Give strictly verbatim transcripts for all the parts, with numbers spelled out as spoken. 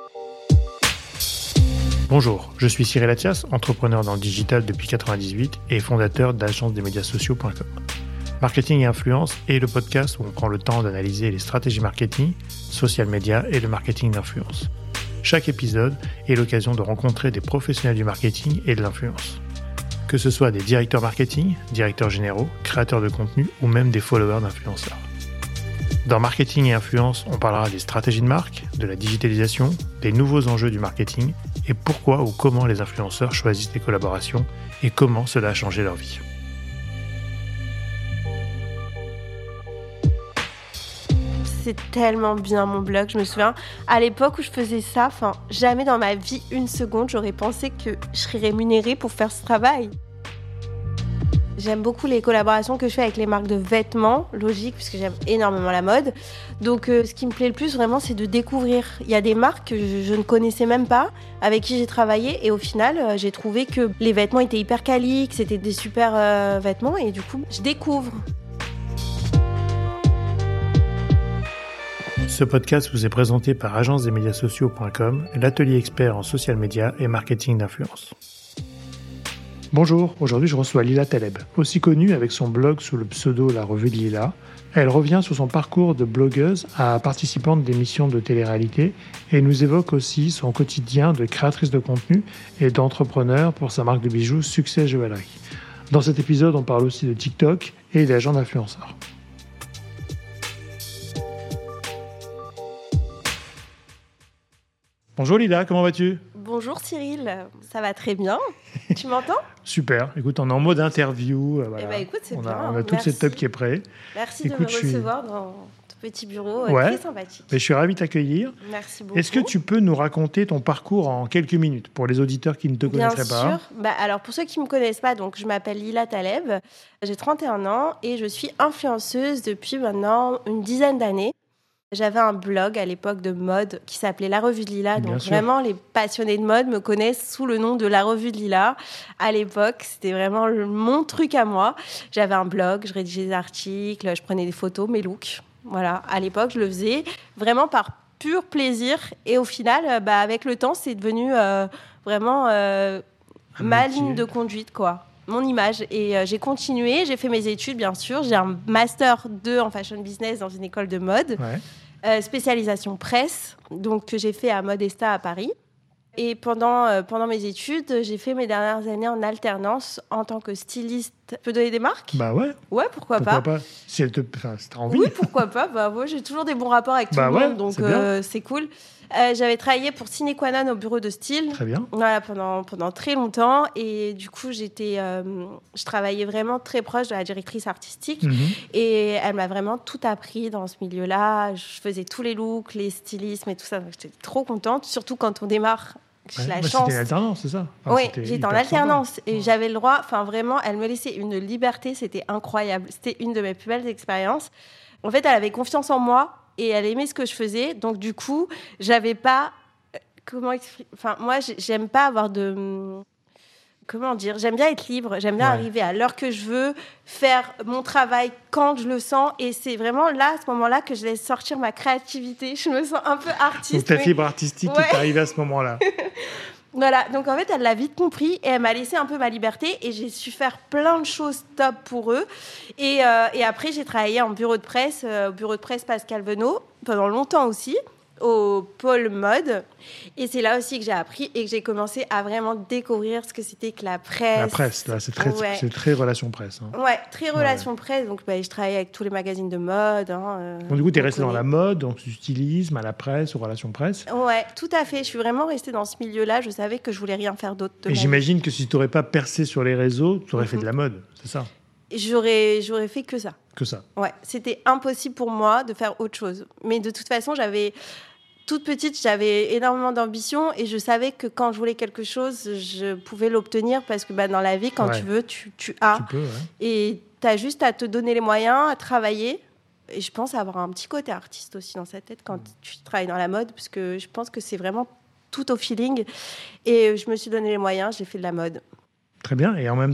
Bonjour, je suis Cyril Attias, entrepreneur dans le digital depuis quatre-vingt-dix-huit et fondateur d'agence des médias sociaux point com. Marketing et influence est le podcast où on prend le temps d'analyser les stratégies marketing, social media et le marketing d'influence. Chaque épisode est l'occasion de rencontrer des professionnels du marketing et de l'influence. Que ce soit des directeurs marketing, directeurs généraux, créateurs de contenu ou même des followers d'influenceurs. Dans Marketing et Influence, on parlera des stratégies de marque, de la digitalisation, des nouveaux enjeux du marketing et pourquoi ou comment les influenceurs choisissent les collaborations et comment cela a changé leur vie. C'est tellement bien mon blog, je me souviens, à l'époque où je faisais ça, enfin, jamais dans ma vie, une seconde, j'aurais pensé que je serais rémunérée pour faire ce travail. J'aime beaucoup les collaborations que je fais avec les marques de vêtements, logique, puisque j'aime énormément la mode. Donc euh, ce qui me plaît le plus vraiment, c'est de découvrir. Il y a des marques que je, je ne connaissais même pas, avec qui j'ai travaillé, et au final, euh, j'ai trouvé que les vêtements étaient hyper quali, que c'était des super euh, vêtements, et du coup, je découvre. Ce podcast vous est présenté par agence des médias sociaux point com, l'atelier expert en social media et marketing d'influence. Bonjour, aujourd'hui je reçois Lila Taleb, aussi connue avec son blog sous le pseudo La Revue de Lila. Elle revient sur son parcours de blogueuse à participante d'émissions de télé-réalité et nous évoque aussi son quotidien de créatrice de contenu et d'entrepreneur pour sa marque de bijoux Succès Joaillerie. Dans cet épisode, on parle aussi de TikTok et d'agents d'influenceurs. Bonjour Lila, comment vas-tu ? Bonjour Cyril, ça va très bien. Tu m'entends ? Super, écoute, on est en mode interview. Euh, voilà. Eh ben, écoute, c'est on bien. A, on a tout le setup qui est prêt. Merci écoute, de me suis... recevoir dans ton petit bureau, ouais, très sympathique. Mais je suis ravi de t'accueillir. Merci beaucoup. Est-ce que tu peux nous raconter ton parcours en quelques minutes pour les auditeurs qui ne te Bien connaîtraient pas ? Bien sûr. Bah, alors, pour ceux qui ne me connaissent pas, donc, je m'appelle Lila Taleb, j'ai trente et un ans et je suis influenceuse depuis maintenant une dizaine d'années. J'avais un blog à l'époque de mode qui s'appelait La Revue de Lila. Bien donc sûr. Vraiment, les passionnés de mode me connaissent sous le nom de La Revue de Lila. À l'époque, c'était vraiment le, mon truc à moi. J'avais un blog, je rédigeais des articles, je prenais des photos, mes looks. Voilà, à l'époque, je le faisais vraiment par pur plaisir. Et au final, bah, avec le temps, c'est devenu euh, vraiment euh, ma ligne de conduite, quoi. Mon image. Et euh, j'ai continué, j'ai fait mes études, bien sûr. J'ai un master deux en fashion business dans une école de mode. Ouais. Euh, spécialisation presse, donc que j'ai fait à Modesta à Paris. Et pendant, euh, pendant mes études, j'ai fait mes dernières années en alternance en tant que styliste. Tu peux donner des marques ? Bah ouais. Ouais, pourquoi, pourquoi pas. pas Si elle te, enfin, si t'as envie. Oui, pourquoi pas. Bah moi, j'ai toujours des bons rapports avec tout bah le ouais, monde, donc c'est, euh, c'est cool. Euh, j'avais travaillé pour Sine Qua Non au bureau de style. Très bien. Voilà, pendant, pendant très longtemps. Et du coup, j'étais, euh, je travaillais vraiment très proche de la directrice artistique. Mm-hmm. Et elle m'a vraiment tout appris dans ce milieu-là. Je faisais tous les looks, les stylismes et tout ça. Donc, j'étais trop contente, surtout quand on démarre. J'ai Ouais, la bah, chance. C'était alternance, c'est ça enfin, Oui, j'étais en alternance. Sympa. Et ouais. j'avais le droit... Enfin, vraiment, elle me laissait une liberté. C'était incroyable. C'était une de mes plus belles expériences. En fait, elle avait confiance en moi. Et elle aimait ce que je faisais. Donc, du coup, j'avais pas... Comment exprimer... Enfin, moi, j'aime pas avoir de... Comment dire ? J'aime bien être libre. J'aime bien ouais. arriver à l'heure que je veux, faire mon travail quand je le sens. Et c'est vraiment là, à ce moment-là, que je laisse sortir ma créativité. Je me sens un peu artiste. Donc, ta mais... fibre artistique ouais. qui est arrivée à ce moment-là. Voilà, donc en fait, elle l'a vite compris et elle m'a laissé un peu ma liberté et j'ai su faire plein de choses top pour eux. Et, euh, et après, j'ai travaillé en bureau de presse, euh, au bureau de presse Pascal Venot, pendant longtemps aussi, au pôle mode. Et c'est là aussi que j'ai appris et que j'ai commencé à vraiment découvrir ce que c'était que la presse. La presse, là, c'est très, ouais. c'est très relation presse. Hein. Ouais, très relation ouais. presse. Donc, bah, je travaillais avec tous les magazines de mode. Hein, euh, donc, du coup, tu es restée dans la mode, donc du stylisme, à la presse, aux relations presse. Ouais, tout à fait. Je suis vraiment restée dans ce milieu-là. Je savais que je voulais rien faire d'autre. Et j'imagine que si tu n'aurais pas percé sur les réseaux, tu aurais mm-hmm. fait de la mode, c'est ça ? J'aurais, j'aurais fait que ça. Que ça. Ouais, c'était impossible pour moi de faire autre chose. Mais de toute façon, j'avais... Toute petite, j'avais énormément d'ambition et je savais que quand je voulais quelque chose, je pouvais l'obtenir parce que bah, dans la vie, quand ouais. tu veux, tu, tu as. Tu peux, ouais. Et tu as juste à te donner les moyens, à travailler. Et je pense avoir un petit côté artiste aussi dans sa tête quand tu travailles dans la mode parce que je pense que c'est vraiment tout au feeling. Et je me suis donné les moyens, j'ai fait de la mode. Très bien. Et en même temps,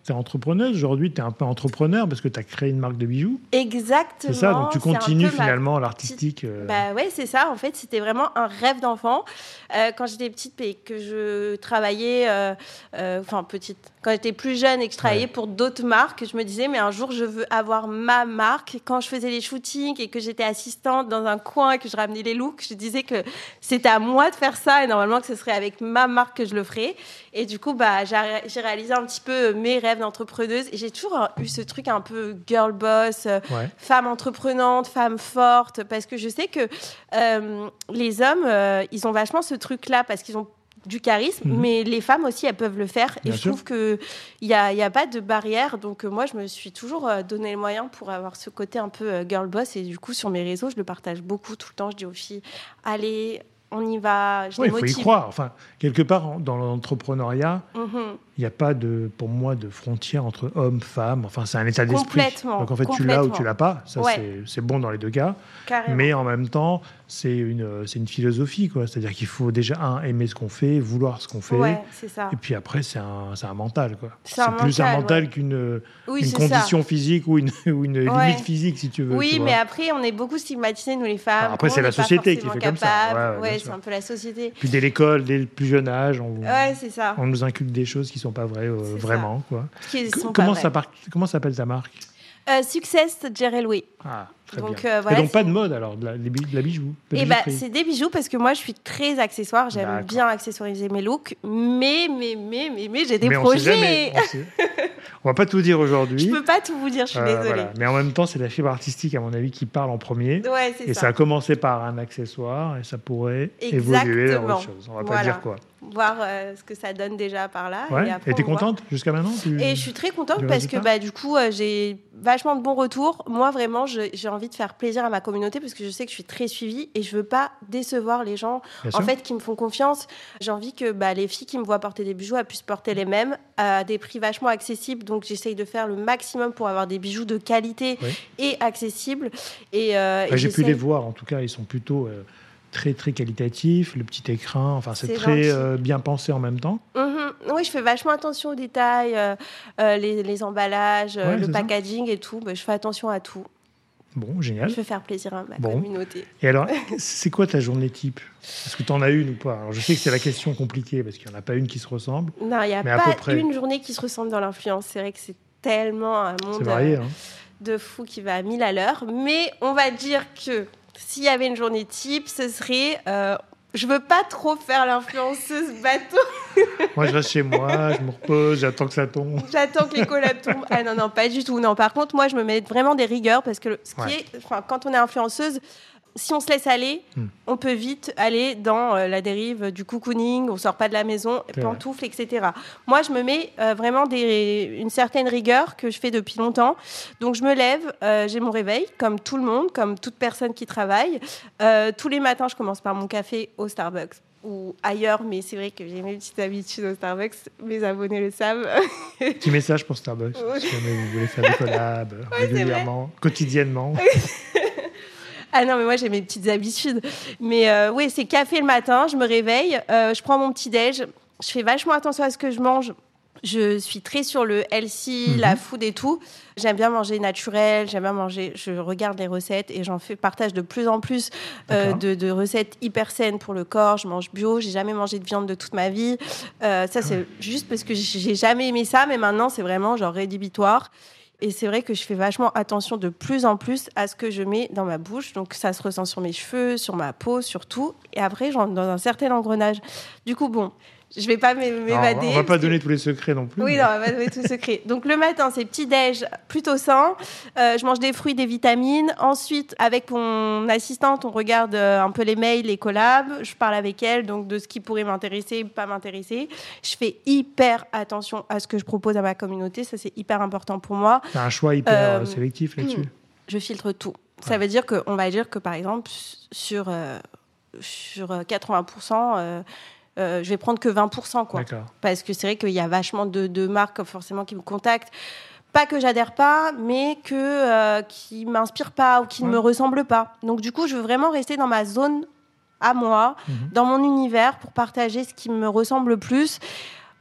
tu es entrepreneuse. Aujourd'hui, tu es un peu entrepreneur parce que tu as créé une marque de bijoux. Exactement. C'est ça, donc tu continues ma... finalement l'artistique. Euh... Bah ouais, c'est ça. En fait, c'était vraiment un rêve d'enfant. Euh, quand j'étais petite et que je travaillais, euh, euh, enfin petite, quand j'étais plus jeune et que je travaillais ouais. pour d'autres marques, je me disais, mais un jour, je veux avoir ma marque. Quand je faisais les shootings et que j'étais assistante dans un coin et que je ramenais les looks, je disais que c'était à moi de faire ça et normalement que ce serait avec ma marque que je le ferais. Et du coup, bah, j'ai, j'ai réalisé un petit peu mes rêves d'entrepreneuse et j'ai toujours eu ce truc un peu girl boss, ouais. femme entreprenante, femme forte, parce que je sais que euh, les hommes, euh, ils ont vachement ce truc-là parce qu'ils ont du charisme, mmh. mais les femmes aussi, elles peuvent le faire. Bien et sûr. Je trouve qu'il n'y a, y a pas de barrière. Donc, euh, moi, je me suis toujours euh, donné les moyens pour avoir ce côté un peu euh, girl boss. Et du coup, sur mes réseaux, je le partage beaucoup tout le temps. Je dis aux filles, allez, on y va. Je oui, les motive. Il faut y croire. Enfin, quelque part, dans l'entrepreneuriat, il mmh. n'y a pas, de, pour moi, de frontière entre hommes, femmes. Enfin, c'est un état d'esprit. Complètement. Donc, en fait, tu l'as ou tu ne l'as pas. Ça, ouais. c'est, c'est bon dans les deux cas. Carrément. Mais en même temps, c'est une, c'est une philosophie, quoi. C'est-à-dire qu'il faut déjà, un, aimer ce qu'on fait, vouloir ce qu'on fait. Ouais, c'est ça. Et puis après, c'est un, c'est un mental, quoi. C'est, c'est un plus mental, un mental ouais. qu'une oui, une condition ça. physique ou une, ou une ouais. limite physique, si tu veux. Oui, tu mais vois. après, on est beaucoup stigmatisés, nous, les femmes. Alors après, on c'est la société qui fait capable. comme ça. Ouais, ouais, ouais c'est un peu la société. Puis dès l'école, dès le plus jeune âge, on, ouais, c'est ça. on nous inculque des choses qui ne sont pas vraies, euh, vraiment. Ça. Quoi. Qui sont comment, pas ça par... comment s'appelle ta marque? Euh, Success Jerelway. Ah, très donc, bien. Euh, voilà, et donc c'est... pas de mode alors, de la, de la bijou. De et bah, c'est des bijoux parce que moi je suis très accessoire, j'aime D'accord. bien accessoiriser mes looks, mais mais mais mais, mais j'ai des mais projets. On, sait jamais, on, sait... on va pas tout dire aujourd'hui. Je peux pas tout vous dire, je suis euh, désolée. Voilà. Mais en même temps, c'est la fibre artistique à mon avis qui parle en premier. Ouais, c'est et ça. ça a commencé par un accessoire et ça pourrait Exactement. évoluer vers autre chose. On va voilà. pas dire quoi. Voir euh, ce que ça donne déjà par là. Ouais. Et après, et t'es contente voit. Jusqu'à maintenant tu... Et je suis très contente parce que bah, du coup, euh, j'ai vachement de bons retours. Moi, vraiment, je, j'ai envie de faire plaisir à ma communauté parce que je sais que je suis très suivie et je veux pas décevoir les gens Bien en sûr. fait, qui me font confiance. J'ai envie que bah, les filles qui me voient porter des bijoux elles puissent porter les mêmes à des prix vachement accessibles. Donc, j'essaye de faire le maximum pour avoir des bijoux de qualité oui. et accessibles. Et, euh, enfin, et j'ai pu les voir, en tout cas, ils sont plutôt... Euh... très très qualitatif, le petit écran, enfin c'est, c'est très euh, bien pensé en même temps. Mmh. Oui, je fais vachement attention aux détails, euh, euh, les, les emballages, ouais, le packaging ça. Et tout. Bah, je fais attention à tout. Bon, génial. Je veux faire plaisir à ma bon. communauté. Et alors, c'est quoi ta journée type? Est-ce que tu en as une ou pas? Alors, je sais que c'est la question compliquée parce qu'il n'y en a pas une qui se ressemble. Non, il n'y a pas une journée qui se ressemble dans l'influence. C'est vrai que c'est tellement un monde c'est varié, hein. de fou qui va à mille à l'heure. Mais on va dire que s'il y avait une journée type, ce serait... Euh, je veux pas trop faire l'influenceuse bateau. Moi, je reste chez moi, je me repose, j'attends que ça tombe. J'attends que les collabs tombent. Ah non, non, pas du tout. Non, par contre, moi, je me mets vraiment des rigueurs parce que ce qui ouais. est... Enfin, quand on est influenceuse... Si on se laisse aller, hmm. on peut vite aller dans euh, la dérive du cocooning, on sort pas de la maison, c'est pantoufles, vrai. et cetera. Moi, je me mets euh, vraiment des, une certaine rigueur que je fais depuis longtemps. Donc, je me lève, euh, j'ai mon réveil, comme tout le monde, comme toute personne qui travaille. Euh, tous les matins, je commence par mon café au Starbucks ou ailleurs, mais c'est vrai que j'ai mes petites habitudes au Starbucks. Mes abonnés le savent. Petit message pour Starbucks, si jamais vous voulez faire des collabs ouais, régulièrement, quotidiennement. Ah non, mais moi, j'ai mes petites habitudes. Mais euh, oui, c'est café le matin, je me réveille, euh, je prends mon petit-déj, je fais vachement attention à ce que je mange. Je suis très sur le healthy, mmh. la food et tout. J'aime bien manger naturel, j'aime bien manger... Je regarde les recettes et j'en fais partage de plus en plus euh, de, de recettes hyper saines pour le corps. Je mange bio, j'ai jamais mangé de viande de toute ma vie. Euh, ça, c'est juste parce que j'ai jamais aimé ça, mais maintenant, c'est vraiment genre rédhibitoire. Et c'est vrai que je fais vachement attention de plus en plus à ce que je mets dans ma bouche. Donc, ça se ressent sur mes cheveux, sur ma peau, sur tout. Et après, j'entre dans un certain engrenage. Du coup, bon, je ne vais pas m'évader. On ne va pas donner que... tous les secrets non plus. Oui, mais... non, on va pas donner tous les secrets. Donc, le matin, c'est petit-déj plutôt sain. Euh, je mange des fruits, des vitamines. Ensuite, avec mon assistante, on regarde un peu les mails, les collabs. Je parle avec elle donc de ce qui pourrait m'intéresser, pas m'intéresser. Je fais hyper attention à ce que je propose à ma communauté. Ça, c'est hyper important pour moi. Tu as un choix hyper euh, sélectif là-dessus. Je filtre tout. Ouais. Ça veut dire qu'on va dire que, par exemple, sur, euh, sur quatre-vingts pour cent... Euh, Euh, je vais prendre que vingt pour cent, quoi. D'accord. Parce que c'est vrai qu'il y a vachement de, de marques forcément qui me contactent. Pas que j'adhère pas, mais que, euh, qui ne m'inspirent pas ou qui ouais. ne me ressemblent pas. Donc, du coup, je veux vraiment rester dans ma zone à moi, mmh. dans mon univers, pour partager ce qui me ressemble le plus.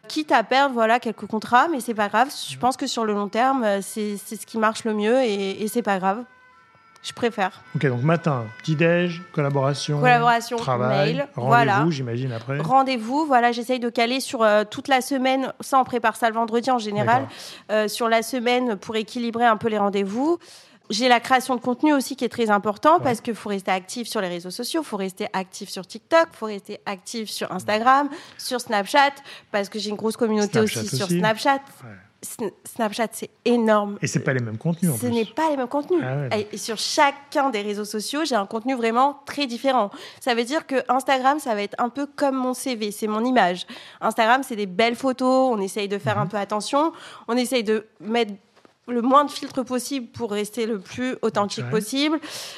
Quitte à perdre voilà, quelques contrats, mais c'est pas grave. Je pense que sur le long terme, c'est, c'est ce qui marche le mieux et, et c'est pas grave. Je préfère. Ok, donc matin, petit-déj, collaboration, collaboration travail, mail, rendez-vous, voilà. j'imagine, après. Rendez-vous, voilà, j'essaye de caler sur euh, toute la semaine. Ça, on prépare ça le vendredi en général. Euh, sur la semaine, pour équilibrer un peu les rendez-vous. J'ai la création de contenu aussi qui est très important ouais. parce qu'il faut rester actif sur les réseaux sociaux, il faut rester actif sur TikTok, il faut rester actif sur Instagram, sur Snapchat, parce que j'ai une grosse communauté aussi, aussi sur Snapchat. Ouais. Snapchat, c'est énorme. Et c'est pas les mêmes contenus en Ce plus. Ce n'est pas les mêmes contenus. Ah ouais, et sur chacun des réseaux sociaux, j'ai un contenu vraiment très différent. Ça veut dire que Instagram, ça va être un peu comme mon C V, c'est mon image. Instagram, c'est des belles photos, on essaye de faire mmh. un peu attention, on essaye de mettre le moins de filtres possible pour rester le plus authentique ouais. possible.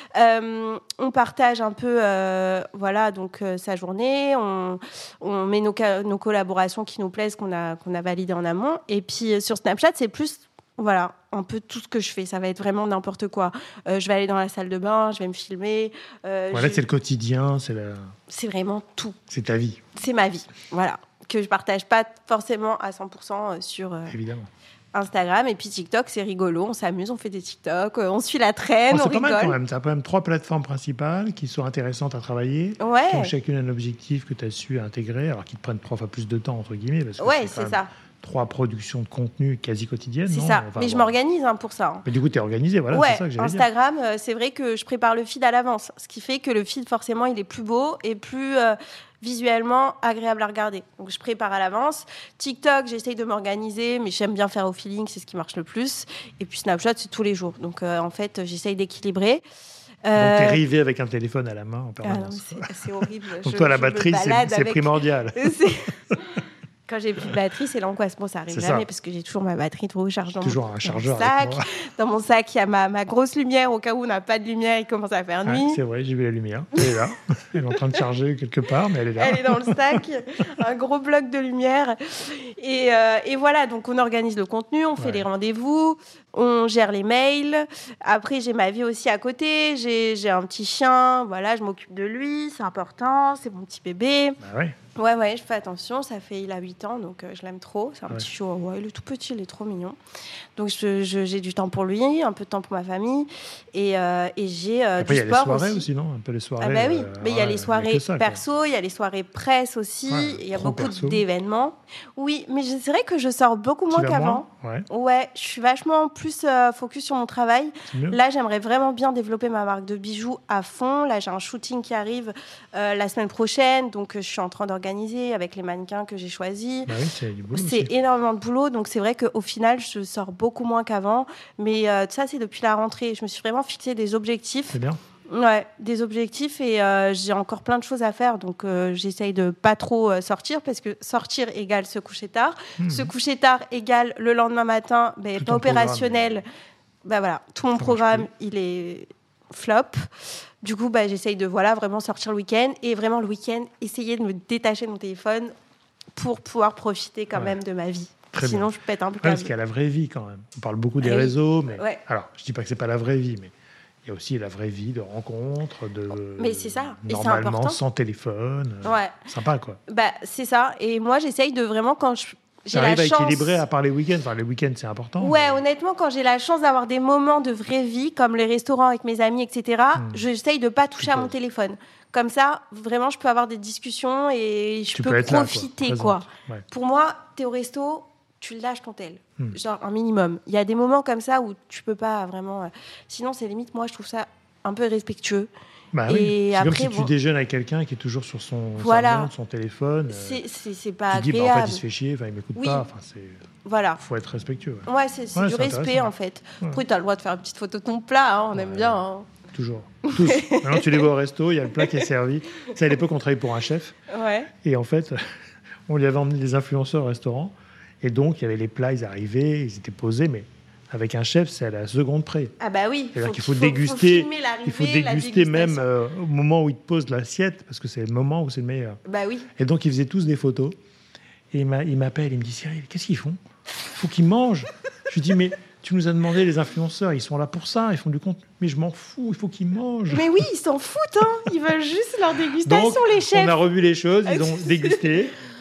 Euh, on partage un peu, euh, voilà, donc euh, sa journée. On, on met nos, nos collaborations qui nous plaisent, qu'on a qu'on a validées en amont. Et puis euh, sur Snapchat, c'est plus, voilà, un peu tout ce que je fais. Ça va être vraiment n'importe quoi. Euh, je vais aller dans la salle de bain, je vais me filmer. Euh, voilà, je... c'est le quotidien, c'est la... C'est vraiment tout. C'est ta vie. C'est ma vie, voilà, que je partage pas forcément à cent pour cent sur. Euh... Évidemment. Instagram et puis TikTok, c'est rigolo, on s'amuse, on fait des TikTok, on suit la traîne, oh, on rigole. C'est pas mal mal quand même, tu as quand même trois plateformes principales qui sont intéressantes à travailler, ouais. qui ont chacune un objectif que tu as su intégrer, alors qu'ils te prennent trois fois plus de temps, entre guillemets, parce que ouais, c'est, c'est ça. Trois productions de contenu quasi quotidiennes. C'est non ça, enfin, mais je voilà. m'organise hein, pour ça. Hein. Mais du coup, tu es organisé, voilà, ouais, c'est ça que j'allais Instagram, dire. Euh, c'est vrai que je prépare le feed à l'avance, ce qui fait que le feed, forcément, il est plus beau et plus... Euh, visuellement agréable à regarder. Donc, je prépare à l'avance. TikTok, j'essaye de m'organiser, mais j'aime bien faire au feeling, c'est ce qui marche le plus. Et puis Snapchat, c'est tous les jours. Donc, euh, en fait, j'essaye d'équilibrer. Euh... Donc, t'es rivé avec un téléphone à la main en permanence. Ah non, c'est, c'est horrible. Donc, je, toi, la batterie, c'est, c'est avec... primordial. c'est... Quand j'ai plus de batterie, c'est l'angoisse. Bon, ça arrive c'est jamais ça. parce que j'ai toujours ma batterie de recharge dans, toujours mon, un chargeur dans mon sac. Avec moi. Dans mon sac, il y a ma, ma grosse lumière. Au cas où on n'a pas de lumière, il commence à faire nuit. Ouais, c'est vrai, j'ai vu la lumière. Elle est là. Elle est en train de charger quelque part, mais elle est là. Elle est dans le sac. Un gros bloc de lumière. Et, euh, et voilà, donc on organise le contenu, on fait ouais. les rendez-vous, on gère les mails. Après, j'ai ma vie aussi à côté. J'ai, j'ai un petit chien. Voilà, je m'occupe de lui. C'est important. C'est mon petit bébé. Bah ouais. Ouais, ouais, je fais attention. Ça fait, il a huit ans, donc euh, je l'aime trop. C'est un ouais. petit chihuahua. Il est tout petit, il est trop mignon. Donc, je, je, j'ai du temps pour lui, un peu de temps pour ma famille. Et, euh, et j'ai euh, Après, du sport aussi. Il y a les soirées aussi, aussi, non Un peu les soirées. Ah bah oui, euh, mais il y a les soirées ça, perso, il y a les soirées presse aussi. Ouais, il y a beaucoup perso. d'événements. Oui, mais je, c'est vrai que je sors beaucoup moins tu qu'avant. Moins ouais. ouais, je suis vachement plus euh, focus sur mon travail. Là, j'aimerais vraiment bien développer ma marque de bijoux à fond. Là, j'ai un shooting qui arrive euh, la semaine prochaine. Donc, je suis en train d'organiser avec les mannequins que j'ai choisis. Bah oui, c'est du boulot c'est aussi. énormément de boulot, donc c'est vrai qu'au final, je sors beaucoup moins qu'avant. Mais euh, ça, c'est depuis la rentrée. Je me suis vraiment fixé des objectifs. C'est bien. Ouais, des objectifs et euh, j'ai encore plein de choses à faire. Donc, euh, j'essaye de pas trop euh, sortir parce que sortir égale se coucher tard. Mmh. Se coucher tard égale le lendemain matin, ben, pas opérationnel. Ben voilà, tout mon ça programme, il est flop. Du coup, bah, j'essaye de voilà, vraiment sortir le week-end et vraiment le week-end, essayer de me détacher de mon téléphone pour pouvoir profiter quand ouais. même de ma vie. Très Sinon, bien. je pète un peu. Ouais, parce qu'il y a la vraie vie quand même. On parle beaucoup des oui. réseaux, mais ouais. alors, je dis pas que c'est pas la vraie vie, mais il y a aussi la vraie vie de rencontres, de mais c'est ça. Et normalement c'est important. Sans téléphone. Ouais. Sympa quoi. Bah c'est ça. Et moi, j'essaye de vraiment quand je J'ai la chance... à équilibrer à part les week-ends. Enfin, les week-ends, c'est important. Ouais, mais... honnêtement, quand j'ai la chance d'avoir des moments de vraie vie, comme les restaurants avec mes amis, et cetera, hmm. j'essaye de pas toucher à mon téléphone. Comme ça, vraiment, je peux avoir des discussions et je tu peux, peux profiter, là, quoi. quoi. Ouais. Pour moi, t'es au resto, tu lâches ton tel. Hmm. Genre, un minimum. Il y a des moments comme ça où tu peux pas vraiment... Sinon, c'est limite, moi, je trouve ça un peu irrespectueux. Bah oui. Et c'est après, comme si bon... tu déjeunes avec quelqu'un qui est toujours sur son, voilà. montre, son téléphone. C'est, c'est, c'est pas tu agréable. dis, bah, en fait, il se fait chier, enfin, il m'écoute oui. pas. Enfin, c'est... Voilà. Il faut être respectueux. Ouais, ouais c'est, c'est ouais, du c'est respect, en fait. Ouais. Après, tu as le droit de faire une petite photo de ton plat, hein, on ouais. aime bien. Hein. Toujours. Tous. Maintenant, tu les vois au resto, il y a le plat qui est servi. Tu sais, à l'époque, on travaillait pour un chef. Ouais. Et en fait, on lui avait emmené des influenceurs au restaurant. Et donc, il y avait les plats, ils arrivaient, ils étaient posés, mais avec un chef, c'est à la seconde près. Ah bah oui. C'est-à-dire faut, qu'il faut faut, déguster, faut il faut déguster même euh, au moment où il te pose l'assiette, parce que c'est le moment où c'est le meilleur. Bah oui. Et donc, ils faisaient tous des photos. Et il, m'a, il m'appelle, il me dit, Cyril, qu'est-ce qu'ils font ? Il faut qu'ils mangent. Je lui dis, mais tu nous as demandé, les influenceurs, ils sont là pour ça, ils font du contenu. Mais je m'en fous, il faut qu'ils mangent. Mais oui, ils s'en foutent, hein. Ils veulent juste leur dégustation, donc, les chefs. On a revu les choses, ils ont dégusté.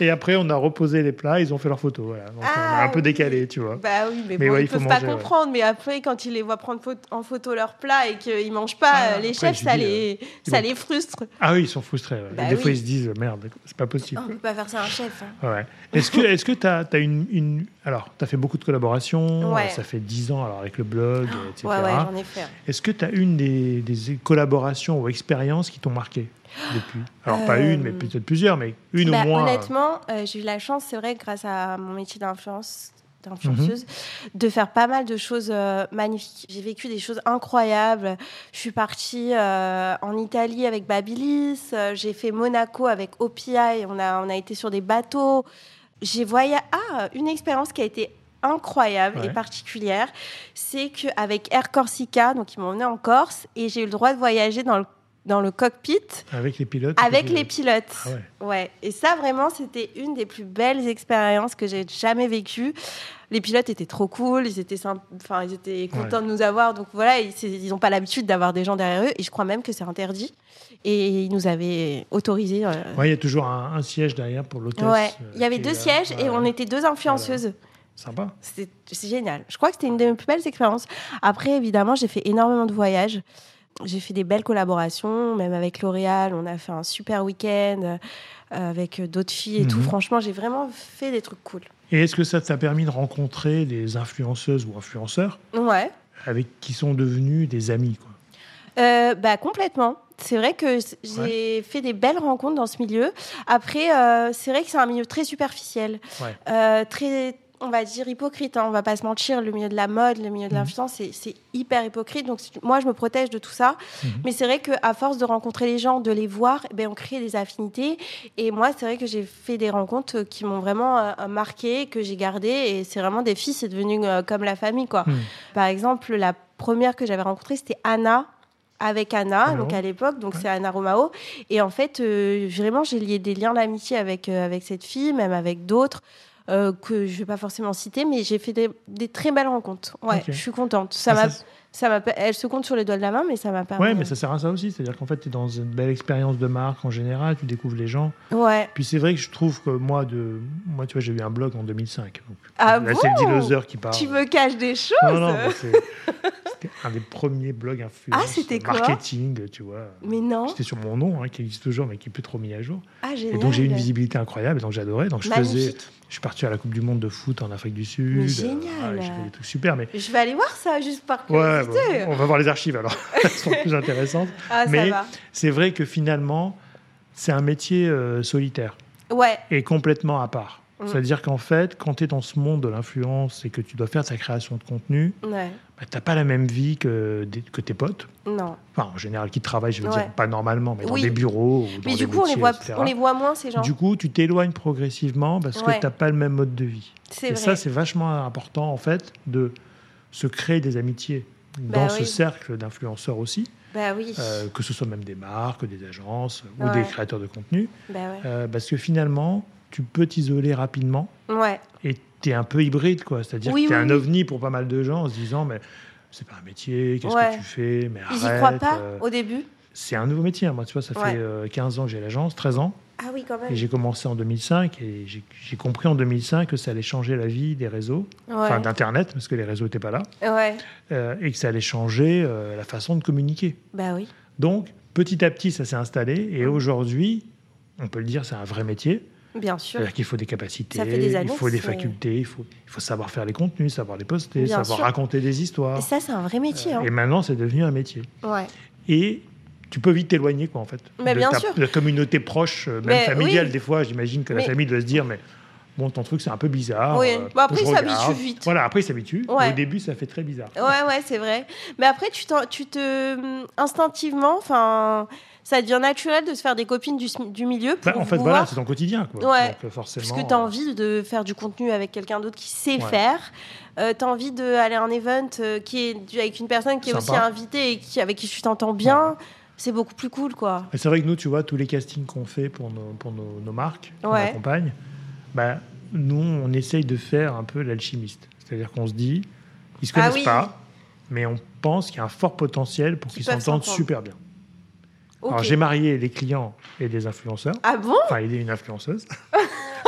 Et après, on a reposé les plats, ils ont fait leurs photos. Voilà. Donc, Ah, on a un peu oui. décalé, tu vois. Bah oui, mais, Mais bon, ouais, ils il faut peuvent pas manger, ouais. comprendre. Mais après, quand ils les voient prendre pho- en photo leurs plats et qu'ils mangent pas, Ah, euh, les après, chefs, je ça, dis, les, euh, ça ils vont- les frustre. Ah oui, ils sont frustrés. Ouais. Bah Et des oui. fois, ils se disent, merde, c'est pas possible. On peut pas faire ça à un chef. hein. Ouais. Est-ce que est-ce que tu as une, une... Alors, tu as fait beaucoup de collaborations, Ouais. euh, ça fait dix ans alors, avec le blog, et cetera. Ouais, ouais, j'en ai fait. Est-ce que tu as une des, des collaborations ou expériences qui t'ont marqué depuis? Alors, pas Euh, une, mais peut-être plusieurs, mais une Bah, au moins. honnêtement, euh, j'ai eu la chance, c'est vrai, grâce à mon métier d'influence, d'influenceuse, de faire pas mal de choses euh, magnifiques. J'ai vécu des choses incroyables. Je suis partie euh, en Italie avec Babyliss. Euh, j'ai fait Monaco avec O P I. On a, on a été sur des bateaux. J'ai voyagé. Ah, une expérience qui a été incroyable Ouais. et particulière, c'est qu'avec Air Corsica, donc ils m'ont emmené en Corse, et j'ai eu le droit de voyager dans le, dans le cockpit Avec les pilotes avec les les pilotes. Ah ouais. Ouais. Et ça, vraiment, c'était une des plus belles expériences que j'ai jamais vécues. Les pilotes étaient trop cool, ils étaient, symp- enfin, ils étaient contents Ouais. de nous avoir. Donc voilà, ils n'ont pas l'habitude d'avoir des gens derrière eux. Et je crois même que c'est interdit. Et ils nous avaient autorisé. euh, Ouais, il y a toujours un, un siège derrière pour l'hôtesse. Ouais. euh, Il y avait qui deux est là. sièges et Ouais, on ouais. était deux influenceuses. Sympa. C'était c'est génial. Je crois que c'était une de mes plus belles expériences. Après, évidemment, j'ai fait énormément de voyages. J'ai fait des belles collaborations, même avec L'Oréal. On a fait un super week-end euh, avec d'autres filles et tout. Mhm. Franchement, j'ai vraiment fait des trucs cool. Et est-ce que ça t'a permis de rencontrer des influenceuses ou influenceurs Ouais. avec qui sont devenus des amis, quoi? Euh, bah, complètement. C'est vrai que c- j'ai fait des belles rencontres dans ce milieu. Après, euh, c'est vrai que c'est un milieu très superficiel, Ouais. euh, très, on va dire, hypocrite. Hein, on va pas se mentir, le milieu de la mode, le milieu de Mhm. l'influence, c'est, c'est hyper hypocrite. Donc, c'est- moi, je me protège de tout ça. Mhm. Mais c'est vrai qu'à force de rencontrer les gens, de les voir, eh ben, on crée des affinités. Et moi, c'est vrai que j'ai fait des rencontres qui m'ont vraiment euh, marqué, que j'ai gardées. Et c'est vraiment des filles, c'est devenu euh, comme la famille, quoi. Mhm. Par exemple, la première que j'avais rencontrée, c'était Anna. Avec Anna, Alors, donc à l'époque, donc ouais. c'est Anna Romao. Et en fait, euh, vraiment, j'ai lié des liens d'amitié avec, euh, avec cette fille, même avec d'autres, euh, que je ne vais pas forcément citer, mais j'ai fait des, des très belles rencontres. Ouais, Ok. je suis contente. Ça Ah, m'a, ça, ça m'a, elle se compte sur les doigts de la main, mais ça m'a permis. Ouais, mais ça sert à ça aussi. C'est-à-dire qu'en fait, tu es dans une belle expérience de marque en général, tu découvres les gens. Ouais. Puis c'est vrai que je trouve que moi, de... moi tu vois, j'ai eu un blog en deux mille cinq. Donc, Ah là, bon c'est le dinosaure qui parle. Tu me caches des choses. Non, non, bah, c'est- c'était un des premiers blogs influence. Ah, c'était quoi marketing, tu vois. Mais non. C'était sur mon nom, hein, qui existe toujours, mais qui est plus trop mis à jour. Ah, génial. Et donc j'ai eu une visibilité incroyable, et donc j'adorais. Donc je faisais, Magnifique. je suis parti à la Coupe du Monde de foot en Afrique du Sud. Mais euh, génial. ouais, j'ai fait des trucs super, mais Je vais aller voir ça juste par ouais, curiosité. bon, on va voir les archives alors, elles sont plus intéressantes. Ah, ça mais va. c'est vrai que finalement, c'est un métier euh, solitaire Ouais. et complètement à part. Mm. C'est-à-dire qu'en fait, quand tu es dans ce monde de l'influence et que tu dois faire ta création de contenu, Ouais. bah, tu n'as pas la même vie que, des- que tes potes. Non. Enfin, en général, qui travaillent, je veux Ouais. dire, pas normalement, mais dans Oui. des bureaux ou dans Mais des du coup, on les, métiers, voit, et cetera. on les voit moins, ces gens. Du coup, tu t'éloignes progressivement parce que Ouais. tu n'as pas le même mode de vie. C'est Et vrai. ça, c'est vachement important, en fait, de se créer des amitiés Bah dans ce oui. cercle d'influenceurs aussi, Bah oui. euh, que ce soit même des marques, des agences ou Ouais. des créateurs de contenu, Bah ouais. euh, parce que finalement, tu peux t'isoler rapidement Ouais. et tu es un peu hybride, quoi. C'est-à-dire Oui, que tu es oui, un oui. ovni pour pas mal de gens en se disant, mais c'est pas un métier, qu'est-ce Ouais. que tu fais, mais Ils y arrête. croient pas euh, au début. C'est un nouveau métier, hein. Moi, tu vois, ça Ouais. fait euh, quinze ans que j'ai l'agence, treize ans. Ah oui, quand même. Et j'ai commencé en deux mille cinq et j'ai j'ai compris en deux mille cinq que ça allait changer la vie des réseaux, Ouais. enfin d'Internet, parce que les réseaux n'étaient pas là, Ouais. euh, et que ça allait changer euh, la façon de communiquer. Bah oui. Donc, petit à petit, ça s'est installé. Et aujourd'hui, on peut le dire, c'est un vrai métier. Bien sûr. C'est-à-dire qu'il faut des capacités, Ça fait des années il faut des que c'est- facultés, il faut, il faut savoir faire les contenus, savoir les poster, Bien savoir sûr. raconter des histoires. Et ça, c'est un vrai métier. Hein. Et maintenant, c'est devenu un métier. Ouais. Et tu peux vite t'éloigner, quoi, en fait. Mais de bien ta, sûr. de la communauté proche, euh, même Mais familiale, oui. des fois, j'imagine que la Mais- famille doit se dire, mais bon, ton truc, c'est un peu bizarre. Oui. euh, Bon, après, je il s'habitue regarde. vite. Voilà, après, il s'habitue. Ouais. Mais au début, ça fait très bizarre. Ouais, ouais, c'est vrai. Mais après, tu, t'en- tu te. Instinctivement, enfin. Ça devient naturel de se faire des copines du, du milieu pour Bah, en fait, pouvoir- voilà, c'est ton quotidien, quoi. Ouais. Donc, euh, forcément. Parce que tu as envie de faire du contenu avec quelqu'un d'autre qui sait Ouais. faire. Euh, tu as envie d'aller à un event euh, qui est du- avec une personne qui est Sympa. aussi invitée et qui, avec qui tu t'entends bien. C'est beaucoup plus cool, quoi. Et c'est vrai que nous, tu vois, tous les castings qu'on fait pour nos, pour nos, nos marques, qu'on Ouais. accompagne, bah, nous, on essaye de faire un peu l'alchimiste. C'est-à-dire qu'on se dit, ils se Ah connaissent oui. pas, mais on pense qu'il y a un fort potentiel pour Qu'ils qu'ils peuvent s'entendent s'entendre. super bien. Ok. Alors, j'ai marié les clients et des influenceurs. Ah bon? Enfin, il est une influenceuse.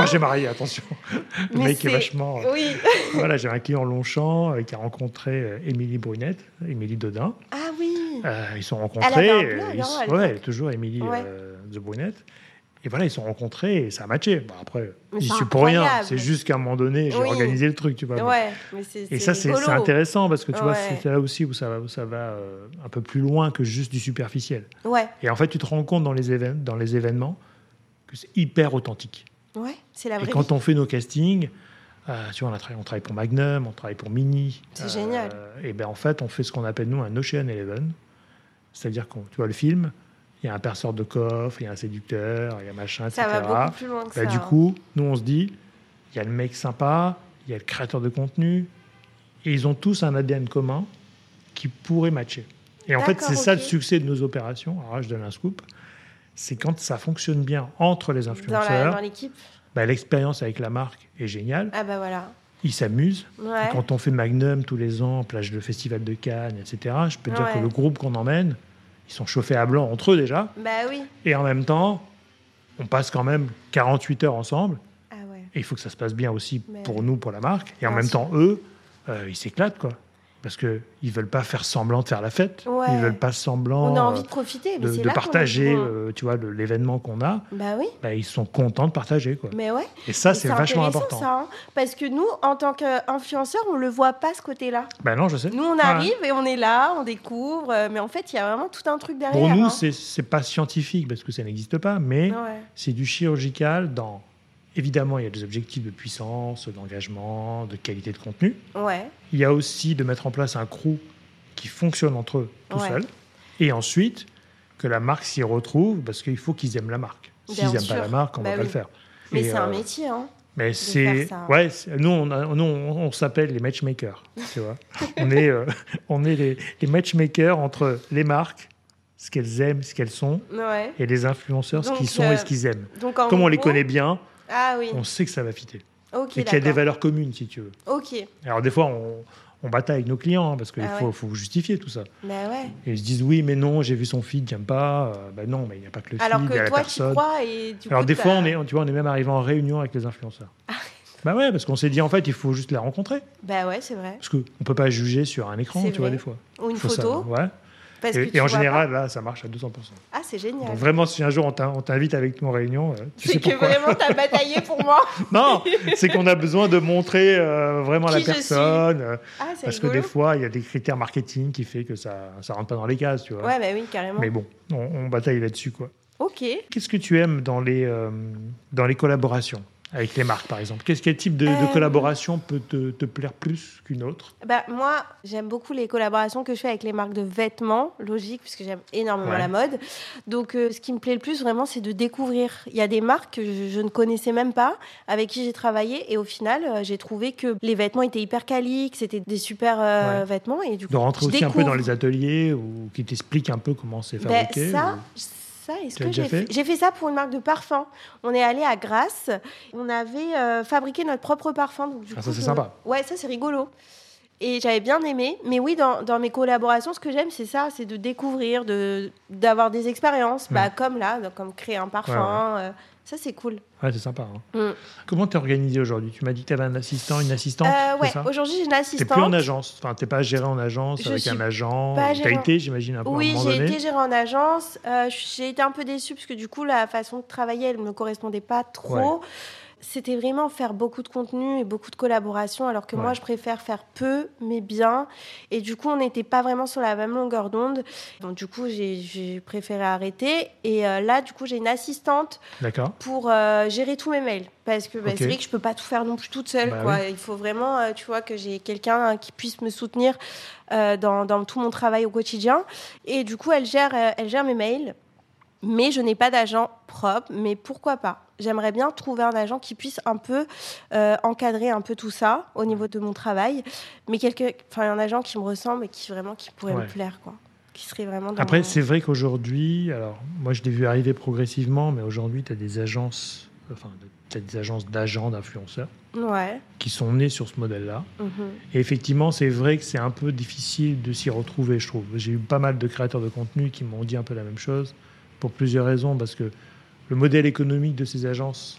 Enfin, j'ai marié, attention. Le Mais mec c'est... est vachement... Oui. Voilà, j'ai un client Longchamp euh, qui a rencontré euh, Émilie Brunette, Émilie Dodin. Ah oui. Euh, ils sont Elle rencontrés. avait un blog, ils... hein, à ouais, l'époque. toujours Émilie Ouais. euh, The Brunette. Et voilà, ils se sont rencontrés et ça a matché. Bon, après, Mais j'y c'est suis pour rien. incroyable. C'est juste qu'à un moment donné, j'ai Oui. organisé le truc, tu vois. Ouais, mais c'est, Et c'est ça, c'est, rigolo. c'est intéressant parce que tu vois, Ouais. c'est là aussi où ça va, où ça va euh, un peu plus loin que juste du superficiel. Ouais, Et en fait, tu te rends compte dans les, évén- dans les événements que c'est hyper authentique. ouais, c'est la Et vraie quand vie. on fait nos castings, euh, tu vois, on, a tra- on travaille pour Magnum, on travaille pour Mini. C'est génial. Et bien en fait, on fait ce qu'on appelle nous un Ocean Eleven. C'est-à-dire qu'on, tu vois, le film, il y a un perceur de coffre, il y a un séducteur, il y a machin, et cetera. Ça va beaucoup plus loin que Bah, ça. du hein. coup, nous, on se dit, il y a le mec sympa, il y a le créateur de contenu, et ils ont tous un A D N commun qui pourrait matcher. Et en fait, D'accord, c'est ça ok. le succès de nos opérations. Alors là, je donne un scoop. C'est quand ça fonctionne bien entre les dans, la, influenceurs, dans l'équipe. bah, l'expérience avec la marque est géniale. Ah bah voilà. Ils s'amusent. Ouais. Quand on fait Magnum tous les ans, plage de Festival de Cannes, et cetera, je peux te dire Ouais. que le groupe qu'on emmène, ils sont chauffés à blanc entre eux déjà. Bah oui. Et en même temps, on passe quand même quarante-huit heures ensemble. Ah ouais. Et il faut que ça se passe bien aussi Mais pour oui. nous, pour la marque. Et en Bien même sûr. temps, eux, euh, ils s'éclatent, quoi. Parce qu'ils ne veulent pas faire semblant de faire la fête. Ouais. Ils ne veulent pas semblant On a euh, envie de profiter, mais de, c'est de là qu'on est partager bon. euh, tu vois, le- l'événement qu'on a. Bah oui. Bah, ils sont contents de partager, quoi. Mais ouais. Et ça, Et c'est vachement intéressant, important. ça, hein, parce que nous, en tant qu'influenceurs, on le voit pas ce côté-là. Ben non, je sais. Nous, on Ouais. arrive et on est là, on découvre, euh, mais en fait, il y a vraiment tout un truc derrière. Pour nous, hein. c'est c'est pas scientifique parce que ça n'existe pas, mais Ouais. c'est du chirurgical dans... Évidemment, il y a des objectifs de puissance, d'engagement, de qualité de contenu. Ouais. Il y a aussi de mettre en place un crew qui fonctionne entre eux tout Ouais. seuls. Et ensuite, que la marque s'y retrouve parce qu'il faut qu'ils aiment la marque. S'ils Bien n'aiment sûr. pas la marque, on Bah va pas oui. le faire. Mais Et, c'est un euh, métier, hein. Mais faire c'est... ça. Ouais, c'est- nous, on, a- nous, on, on s'appelle les matchmakers. Tu vois on est, euh, on est les, les matchmakers entre les marques, ce qu'elles aiment, ce qu'elles sont, Ouais. et les influenceurs, ce Donc, qu'ils sont euh, et ce qu'ils aiment. Donc, en Comme on les gros- connaît bien, Ah oui. on sait que ça va fitter. Ok, Et qu'il y a des d'accord. valeurs communes, si tu veux. Ok. Alors, des fois, on, on bataille avec nos clients, hein, parce qu'il Ah faut, ouais. faut justifier tout ça. Bah ouais. Et ils se disent, oui, mais non, j'ai vu son feed, j'aime pas. Euh, ben non, mais il n'y a pas que le Alors feed, il y a que la toi, tu personne. crois et du Alors, coup, des fois, t'as- on est, tu vois, on est même arrivé en réunion avec les influenceurs. bah ouais, parce qu'on s'est dit, en fait, il faut juste la rencontrer. Bah ouais, c'est vrai. Parce qu'on ne peut pas juger sur un écran, C'est tu vois, vrai. des fois. Ou une Faut ça, photo. ouais. Parce que Et, tu et en vois général, là, ça marche à deux cents pour cent. pas. Ah, c'est génial. Donc vraiment, si un jour on t'in- on t'invite avec nous en réunion, euh, tu C'est sais que pourquoi. vraiment, t'as bataillé pour moi. Non, c'est qu'on a besoin de montrer euh, vraiment Qui la je personne. euh, Ah, c'est parce que rigolo. des fois, il y a des critères marketing qui fait que ça ça rentre pas dans les cases, tu vois. Ouais, bah oui, carrément. Mais bon, on, on bataille là-dessus, quoi. Ok. Qu'est-ce que tu aimes dans les, euh, dans les collaborations avec les marques, par exemple? Qu'est-ce quel type de, de Euh, collaboration peut te, te plaire plus qu'une autre? Bah, moi, j'aime beaucoup les collaborations que je fais avec les marques de vêtements, logique, puisque j'aime énormément Ouais. la mode. Donc, euh, ce qui me plaît le plus, vraiment, c'est de découvrir. Il y a des marques que je, je ne connaissais même pas, avec qui j'ai travaillé, et au final, euh, j'ai trouvé que les vêtements étaient hyper quali, que c'était des super euh, Ouais. vêtements, et du coup, De rentrer je aussi un peu découvre. dans les ateliers ou qui t'expliquent un peu comment c'est Ben, fabriqué? ça, ou- ça, est-ce Tu as que déjà j'ai fait, fait J'ai fait ça pour une marque de parfum. On est allé à Grasse. On avait euh, fabriqué notre propre parfum. Donc, du Ah, coup, ça, c'est je- sympa. Ouais, ça, c'est rigolo. Et j'avais bien aimé. Mais oui, dans, dans mes collaborations, ce que j'aime, c'est ça, c'est de découvrir, de, d'avoir des expériences, bah, Mm. comme là, donc, comme créer un parfum. euh, ça, c'est cool. Ouais, c'est sympa. hein. Mm. Comment t'es organisé aujourd'hui? Tu m'as dit que tu avais un assistant, une assistante, Euh, c'est ouais, ça? aujourd'hui, j'ai une T'es assistante. plus en agence, enfin t'es pas géré en agence Je avec suis un agent. pas T'as gérée en- été, j'imagine, un peu à un Oui, moment j'ai donné. été gérée en agence. Euh, j'ai été un peu déçue parce que du coup, la façon de travailler, elle ne me correspondait pas trop. C'était vraiment faire beaucoup de contenu et beaucoup de collaborations, alors que Ouais. moi, je préfère faire peu, mais bien. Et du coup, on n'était pas vraiment sur la même longueur d'onde. Donc, du coup, j'ai, j'ai préféré arrêter. Et euh, là, du coup, j'ai une assistante D'accord. pour euh, gérer tous mes mails. Parce que bah, Ok. c'est vrai que je peux pas tout faire non plus toute seule. Bah quoi. Il faut vraiment, euh, tu vois, que j'ai quelqu'un euh, qui puisse me soutenir euh, dans, dans tout mon travail au quotidien. Et du coup, elle gère, euh, elle gère mes mails. Mais je n'ai pas d'agent propre. Mais pourquoi pas? J'aimerais bien trouver un agent qui puisse un peu euh, encadrer un peu tout ça au niveau de mon travail. Mais quelque, enfin, un agent qui me ressemble et qui vraiment qui pourrait Ouais. me plaire, quoi. Qui serait vraiment dans Après, mon- c'est vrai qu'aujourd'hui, alors moi je l'ai vu arriver progressivement, mais aujourd'hui tu as des agences, enfin tu as des agences d'agents, d'influenceurs Ouais. qui sont nées sur ce modèle-là. Mhm. Et effectivement, c'est vrai que c'est un peu difficile de s'y retrouver, je trouve. J'ai eu pas mal de créateurs de contenu qui m'ont dit un peu la même chose, pour plusieurs raisons, parce que le modèle économique de ces agences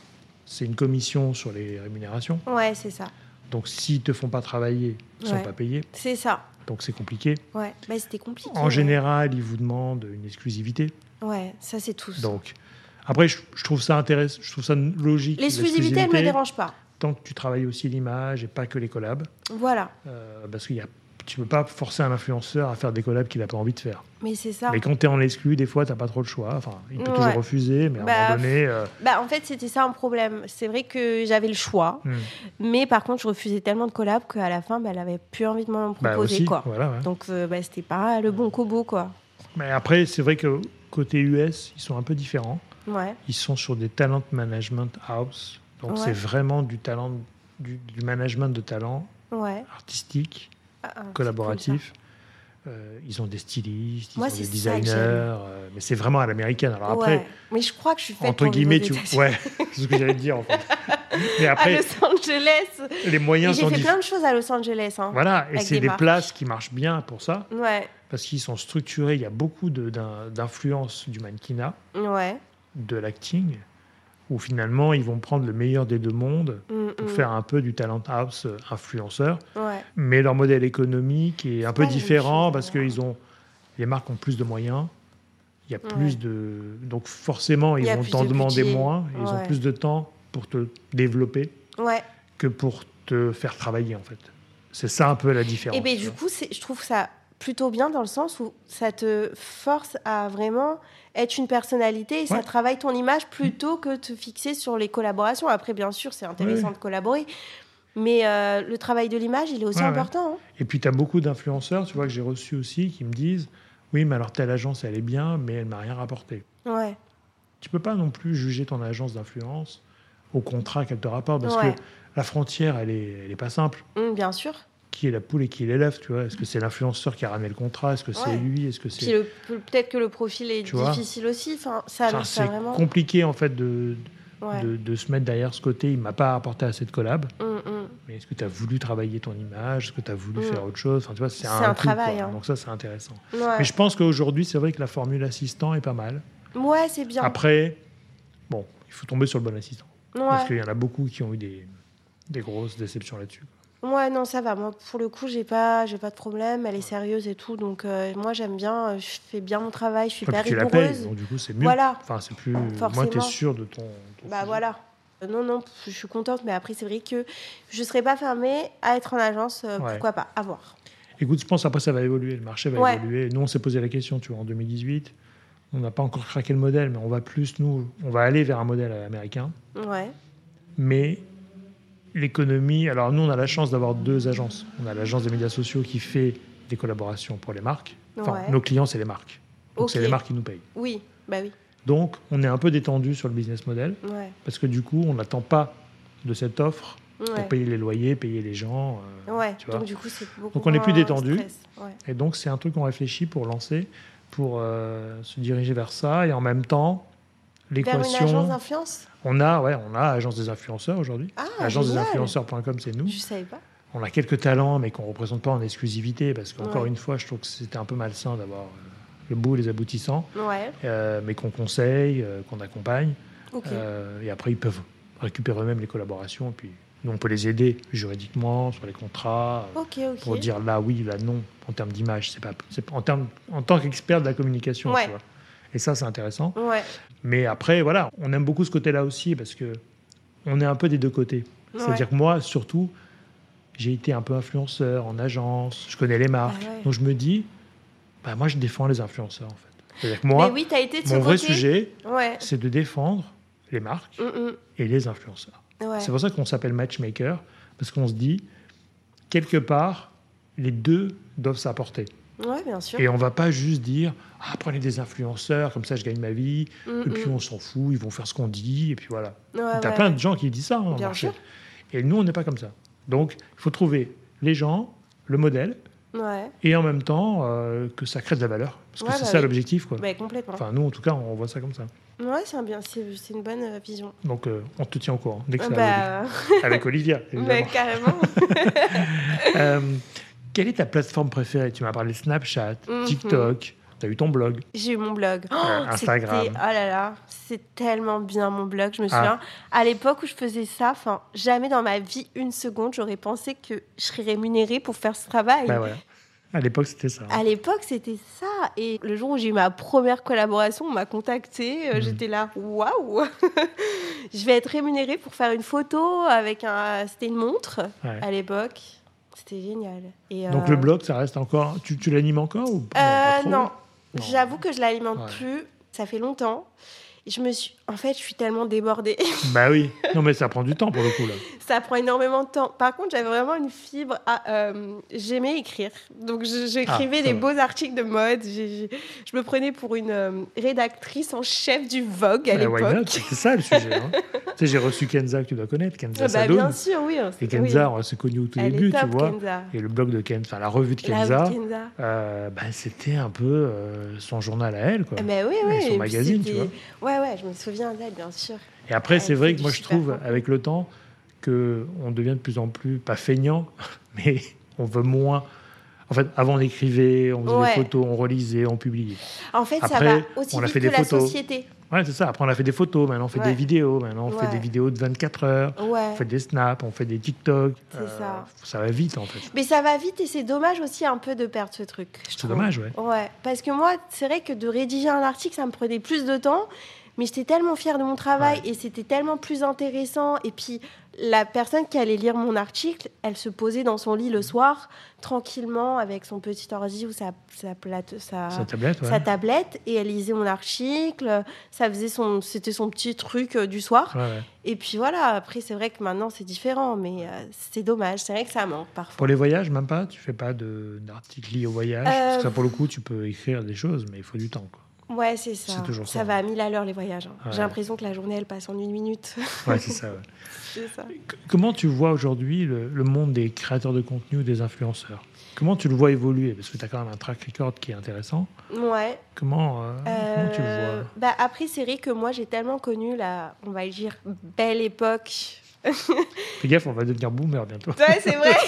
c'est une commission sur les rémunérations. Ouais, c'est ça. Donc, s'ils ne te font pas travailler, ils ne Ouais. sont pas payés. C'est ça. Donc, c'est compliqué. Ouais, bah, c'était compliqué. En ouais. général, ils vous demandent une exclusivité. Ouais, ça, c'est tous. Donc, après, je, je trouve ça intéressant, je trouve ça logique. L'exclusivité, elle ne me dérange pas. Tant que tu travailles aussi l'image et pas que les collabs. Voilà. Euh, parce qu'il y a, tu ne peux pas forcer un influenceur à faire des collabs qu'il n'a pas envie de faire. Mais c'est ça. Mais quand tu es en exclu, des fois, tu n'as pas trop le choix. Enfin, il peut Ouais. toujours refuser, mais à Bah, un moment donné... euh, Bah, en fait, c'était ça un problème. C'est vrai que j'avais le choix. hmm. Mais par contre, je refusais tellement de collabs qu'à la fin, bah, elle avait plus envie de m'en Bah, proposer. aussi, quoi. voilà, ouais. Donc, euh, bah, c'était pas le bon combo. Quoi. Mais après, c'est vrai que côté U S, ils sont un peu différents. Ouais. Ils sont sur des talent management house. Donc, Ouais. c'est vraiment du talent, du, du management de talent Ouais. artistique, Ah, ah, c'est collaboratif. Euh, ils ont des stylistes, ils Moi, ont des c'est ça que designers, j'aime. euh, mais c'est vraiment à l'américaine. Alors cool, ça. après, Ouais. Mais je crois que je suis faite entre pour guillemets, vivre aux tu... États-Unis. ouais, c'est ce que j'allais te dire en fait. Mais À après, Los Angeles. les Et moyens j'ai sont fait différents. plein de choses à Los Angeles. Hein. Voilà, et avec c'est des des marques. places qui marchent bien pour ça, Ouais. parce qu'ils sont structurés. Il y a beaucoup de- d'in- d'influence du mannequinat, Ouais. de l'acting, où finalement ils vont prendre le meilleur des deux mondes Mm, pour mm. faire un peu du talent house euh, influenceur. Ouais. Mais leur modèle économique est un peu pas la même différent chose, parce que alors. ils ont, les marques ont plus de moyens. Il y a Ouais. plus de, donc forcément Il ils y a vont plus t'en de demander budget. moins. Et Ils ont Ouais. plus de temps pour te développer Ouais. que pour te faire travailler en fait. C'est ça un peu la différence. Et ben tu du vois. coup, c'est- je trouve ça plutôt bien dans le sens où ça te force à vraiment être une personnalité et ça Ouais. travaille ton image plutôt que te fixer sur les collaborations. Après, bien sûr, c'est intéressant Ouais. de collaborer, mais euh, le travail de l'image, il est aussi Ouais, ouais. important. hein. Et puis tu as beaucoup d'influenceurs, tu vois, que j'ai reçus aussi, qui me disent oui, mais alors telle agence elle est bien, mais elle m'a rien rapporté. Ouais. Tu peux pas non plus juger ton agence d'influence au contrat qu'elle te rapporte parce Ouais. que la frontière elle est, elle est pas simple. Hum, bien sûr. Qui est la poule et qui est l'élève, tu vois? Est-ce que c'est l'influenceur qui a ramené le contrat? Est-ce que c'est Ouais. lui? Est-ce que Puis c'est... le- peut-être que le profil est Tu vois. difficile aussi. Enfin, ça, Enfin, ça c'est vraiment. compliqué en fait de, Ouais. de, de se mettre derrière ce côté. Il m'a pas apporté assez de collab. Hum, hum. Mais est-ce que tu as voulu travailler ton image? Est-ce que tu as voulu Mm. faire autre chose? Enfin, tu vois, c'est C'est un, un tout, travail, quoi. hein. Donc ça, c'est intéressant. Ouais. Mais je pense qu'aujourd'hui, c'est vrai que la formule assistant est pas mal. Ouais, c'est bien. Après, bon, il faut tomber sur le bon assistant. Ouais. Parce qu'il y en a beaucoup qui ont eu des, des grosses déceptions là-dessus. Ouais, non, ça va. Moi, pour le coup, j'ai pas, j'ai pas de problème. Elle est sérieuse et tout, donc euh, moi, j'aime bien. euh, Je fais bien mon travail. Je suis Et pas puis tu la rigoureuse. payes, donc du coup, c'est mieux. Voilà. Enfin, c'est plus... Moi, tu es Forcément. sûr de ton... ton Bah sujet. voilà. Euh, Non, non, je suis contente, mais après, c'est vrai que je serais pas fermée à être en agence. euh, Ouais. Pourquoi pas? À voir. Écoute, je pense après ça va évoluer, le marché va Ouais. évoluer. Nous, on s'est posé la question, tu vois, en deux mille dix-huit. On n'a pas encore craqué le modèle, mais on va plus, nous, on va aller vers un modèle américain. Ouais. Mais l'économie, alors nous, on a la chance d'avoir deux agences. On a l'agence des médias sociaux qui fait des collaborations pour les marques. Enfin, Ouais. nos clients, c'est les marques. Donc, Ok. c'est les marques qui nous payent. Oui, bah oui. Donc, on est un peu détendu sur le business model Ouais. parce que du coup, on n'attend pas de cette offre pour Ouais. payer les loyers, payer les gens. euh, Ouais. tu vois. Donc, du coup, c'est beaucoup Donc, on est plus moins détendu. stress. Ouais. Et donc, c'est un truc qu'on réfléchit pour lancer, pour euh, se diriger vers ça. Et en même temps, Vers une agence l'équation. d'influence? On a, ouais, on a Agence des influenceurs aujourd'hui. Ah, agence des génial. influenceurs point com, c'est nous. Je savais pas. On a quelques talents, mais qu'on ne représente pas en exclusivité, parce qu'encore Ouais. une fois, je trouve que c'était un peu malsain d'avoir euh, le bout et les aboutissants, Ouais. euh, mais qu'on conseille, euh, qu'on accompagne. Ok. Euh, et après, ils peuvent récupérer eux-mêmes les collaborations. Et puis, nous, on peut les aider juridiquement sur les contrats, euh, Ok, ok. pour dire là oui, là non, en termes d'image. C'est pas, c'est pas- en, termes, en tant qu'expert de la communication. Ouais. Tu vois. Et ça, c'est intéressant. Ouais. Mais après, voilà, on aime beaucoup ce côté-là aussi, parce que on est un peu des deux côtés. C'est-à-dire Ouais. que moi, surtout, j'ai été un peu influenceur en agence, je connais les marques. Ah ouais. Donc je me dis, bah, moi, je défends les influenceurs, en fait. C'est-à-dire que moi, Mais oui, t'as été de ce mon vrai côté. sujet, Ouais. c'est de défendre les marques Mm, et les influenceurs. mm. Ouais. C'est pour ça qu'on s'appelle matchmaker, parce qu'on se dit, quelque part, les deux doivent s'apporter. Ouais, bien sûr. Et on va pas juste dire, ah, prenez des influenceurs, comme ça je gagne ma vie, Mm, et puis mm. on s'en fout, ils vont faire ce qu'on dit, et puis voilà. Ouais, T'as ouais, plein ouais. de gens qui disent ça hein, dans le Bien marché. sûr. Et nous, on n'est pas comme ça. Donc, il faut trouver les gens, le modèle, Ouais. et en même temps euh, que ça crée de la valeur. Parce que Ouais, c'est bah ça oui. l'objectif. Quoi. Bah, complètement. Enfin, nous, en tout cas, on voit ça comme ça. Ouais, c'est un bien, c'est c'est une bonne euh, vision. Donc, euh, on te tient au courant dès que ça Bah, évolue. Avec Olivia, bah, évidemment. carrément. Euh, quelle est ta plateforme préférée? Tu m'as parlé de Snapchat, Mhm. TikTok. tu as eu ton blog. J'ai eu mon blog. Oh, euh, Instagram. C'était, oh là là, c'est tellement bien mon blog. Je me souviens, ah. à l'époque où je faisais ça, enfin, jamais dans ma vie, une seconde, j'aurais pensé que je serais rémunérée pour faire ce travail. Ben voilà. À l'époque, c'était ça. À l'époque, c'était ça. Et le jour où j'ai eu ma première collaboration, on m'a contactée. Mmh. J'étais là, waouh. Je vais être rémunérée pour faire une photo avec un... C'était une montre ouais. à l'époque. C'était génial. Et Donc euh... le blog, ça reste encore... Tu, tu l'animes encore ou pas, euh, pas trop non. non, j'avoue que je l'alimente ouais. plus. Ça fait longtemps. Et je me suis... En fait, je suis tellement débordée. Bah oui. Non, mais ça prend du temps pour le coup, là. Ça prend énormément de temps. Par contre, j'avais vraiment une fibre à... Euh, j'aimais écrire. Donc, je, j'écrivais ah, des beaux articles de mode. J'ai, j'ai, je me prenais pour une euh, rédactrice en chef du Vogue à bah, l'époque. C'est ça, le sujet. Hein. Tu sais, j'ai reçu Kenza, que tu dois connaître. Kenza bah, Sadoun. Bien sûr, oui. Et Kenza, oui. on s'est connus au tout Elle début, top, tu vois. Kenza. Et le blog de Kenza, enfin, la revue de Kenza, la revue de Kenza. Euh, bah, c'était un peu euh, son journal à elle, quoi. Bah, oui, oui. Et son magazine, tu vois. Ouais, ouais, je me souviens d'elle, bien sûr. Et après, c'est vrai que moi, je trouve, content. avec le temps, qu'on devient de plus en plus, pas feignant, mais on veut moins... En fait, avant, on écrivait, on faisait ouais. des photos, on relisait, on publiait. En fait, après, ça va aussi on a vite fait que des la photos. société. Ouais, c'est ça. Après, on a fait des photos, maintenant on fait ouais. des vidéos, maintenant on ouais. fait des vidéos de vingt-quatre heures, ouais. on fait des snaps, on fait des TikTok. C'est euh, ça. Ça va vite, en fait. Mais ça va vite et c'est dommage aussi un peu de perdre ce truc. C'est trouve. dommage, ouais. Ouais, parce que moi, c'est vrai que de rédiger un article, ça me prenait plus de temps. Mais j'étais tellement fière de mon travail ouais. et c'était tellement plus intéressant. Et puis, la personne qui allait lire mon article, elle se posait dans son lit le soir, tranquillement, avec son petit ordi ou sa, sa, plate, sa, sa, tablette, ouais. sa tablette. Et elle lisait mon article. Ça faisait son, c'était son petit truc euh, du soir. Ouais, ouais. Et puis voilà, après, c'est vrai que maintenant, c'est différent. Mais euh, c'est dommage. C'est vrai que ça manque parfois. Pour les voyages, même pas? Tu fais pas de, d'articles liés au voyage? euh... Parce que ça, pour le coup, tu peux écrire des choses, mais il faut du temps, quoi. Ouais, c'est ça. C'est toujours ça. Ça va à mille à l'heure, les voyages. Hein. Ouais. J'ai l'impression que la journée, elle passe en une minute. Ouais, c'est ça, ouais. C'est ça. Comment tu vois aujourd'hui le, le monde des créateurs de contenu ou des influenceurs? Comment tu le vois évoluer? Parce que tu as quand même un track record qui est intéressant. Ouais. Comment, euh, euh, comment tu le vois? bah Après, c'est vrai que moi, j'ai tellement connu la, on va dire, belle époque. Fais gaffe, on va devenir boomer bientôt. Ouais, c'est vrai.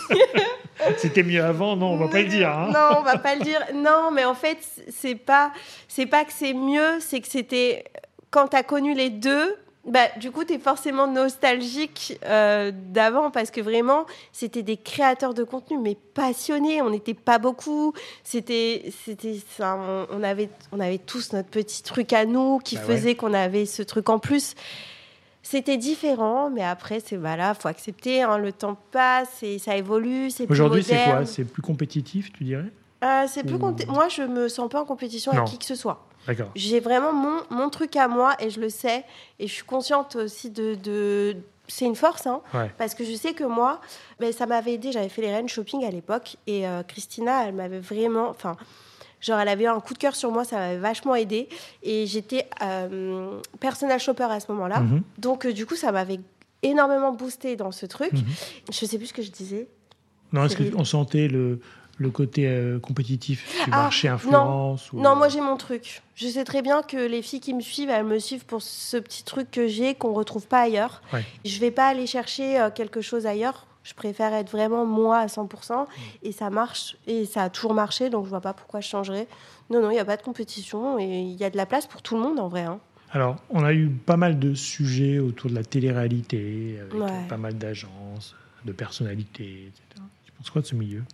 C'était mieux avant, non, on va pas le dire. Hein. Non, on va pas le dire. Non, mais en fait, c'est pas, c'est pas que c'est mieux, c'est que c'était quand t'as connu les deux. Bah, du coup, tu es forcément nostalgique euh, d'avant parce que vraiment, c'était des créateurs de contenu, mais passionnés. On n'était pas beaucoup. C'était, c'était ça, on, on, avait, on avait tous notre petit truc à nous qui bah faisait ouais. qu'on avait ce truc en plus. C'était différent, mais après, c'est voilà, faut accepter. Hein, le temps passe et ça évolue. C'est Aujourd'hui, plus moderne. c'est quoi? C'est plus compétitif, tu dirais? euh, C'est plus Ou... compé- Moi, je me sens pas en compétition non. avec qui que ce soit. D'accord. J'ai vraiment mon, mon truc à moi et je le sais. Et je suis consciente aussi de... de... C'est une force, hein, ouais. parce que je sais que moi, ben, ça m'avait aidé. J'avais fait les reines shopping à l'époque et euh, Christina, elle m'avait vraiment... Enfin, genre, elle avait eu un coup de cœur sur moi, ça m'avait vachement aidé. Et j'étais euh, personal shopper à ce moment-là. Mm-hmm. Donc, euh, du coup, ça m'avait énormément boosté dans ce truc. Mm-hmm. Je sais plus ce que je disais. Non, est-ce qu'on sentait le... le côté euh, compétitif du ah, marché influence? Non. Ou... non, moi j'ai mon truc. Je sais très bien que les filles qui me suivent, elles me suivent pour ce petit truc que j'ai, qu'on ne retrouve pas ailleurs. Ouais. Je ne vais pas aller chercher euh, quelque chose ailleurs. Je préfère être vraiment moi à cent pour cent. Mmh. Et ça marche. Et ça a toujours marché, donc je ne vois pas pourquoi je changerais. Non, non, il n'y a pas de compétition. Et il y a de la place pour tout le monde, en vrai. Hein. Alors, on a eu pas mal de sujets autour de la télé-réalité, avec ouais. pas mal d'agences, de personnalités, et cetera. Tu penses quoi de ce milieu?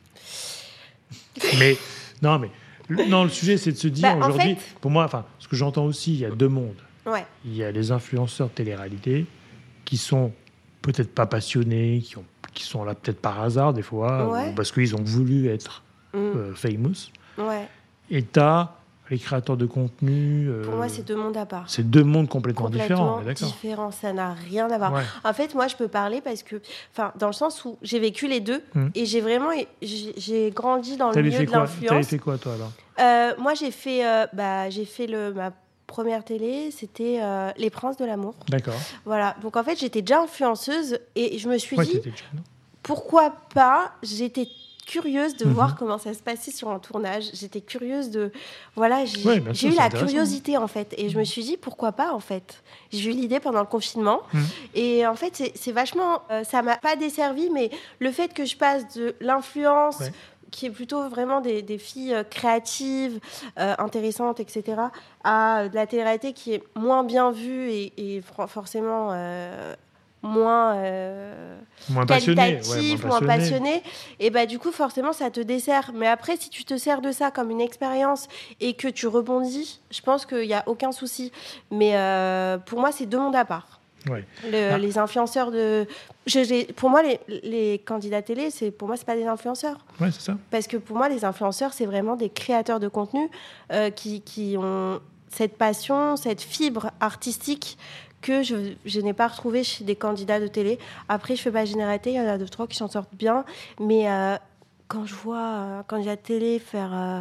Mais non, mais non, le sujet, c'est de se dire bah, aujourd'hui, fait... pour moi, enfin, ce que j'entends aussi, il y a deux mondes. Ouais. Il y a les influenceurs de télé-réalité qui sont peut-être pas passionnés, qui, ont, qui sont là peut-être par hasard des fois, ouais. ou parce qu'ils ont voulu être mm. euh, famous. Ouais. Et t'as les créateurs de contenu. Euh, pour moi, c'est deux mondes à part. C'est deux mondes complètement, complètement différents. Complètement différents, ça n'a rien à voir. Ouais. En fait, moi, je peux parler parce que, enfin, dans le sens où j'ai vécu les deux mmh. et j'ai vraiment, j'ai, j'ai grandi dans T'avais le milieu de quoi l'influence. T'avais fait quoi, toi, alors euh, Moi, j'ai fait, euh, bah, j'ai fait le, ma première télé, c'était euh, Les Princes de l'amour. D'accord. Voilà. Donc, en fait, j'étais déjà influenceuse et je me suis ouais, dit, pourquoi pas. J'étais curieuse de mmh. voir comment ça se passait sur un tournage. J'étais curieuse de... Voilà, j'ai, ouais, j'ai eu la curiosité, en fait. Et je me suis dit, pourquoi pas, en fait. J'ai eu l'idée pendant le confinement. Mmh. Et en fait, c'est, c'est vachement... Euh, ça m'a pas desservi, mais le fait que je passe de l'influence... Ouais. qui est plutôt vraiment des, des filles euh, créatives, euh, intéressantes, et cetera, à de la télé-réalité qui est moins bien vue et, et fr- forcément euh, moins, euh, moins passionné, qualitative, ouais, moins moins passionné. passionné. Et bah, du coup, forcément, ça te dessert. Mais après, si tu te sers de ça comme une expérience et que tu rebondis, je pense qu'il n'y a aucun souci. Mais euh, pour moi, c'est deux mondes à part. Ouais. Le, Ah. Les influenceurs de... Je, j'ai- pour moi, les, les candidats télé, c'est, pour moi, c'est pas des influenceurs. Ouais, c'est ça. Parce que pour moi, les influenceurs, c'est vraiment des créateurs de contenu euh, qui, qui ont cette passion, cette fibre artistique que je, je n'ai pas retrouvée chez des candidats de télé. Après, je fais pas généralité, il y en a deux, trois qui s'en sortent bien. Mais euh, quand je vois un candidat de télé faire, euh,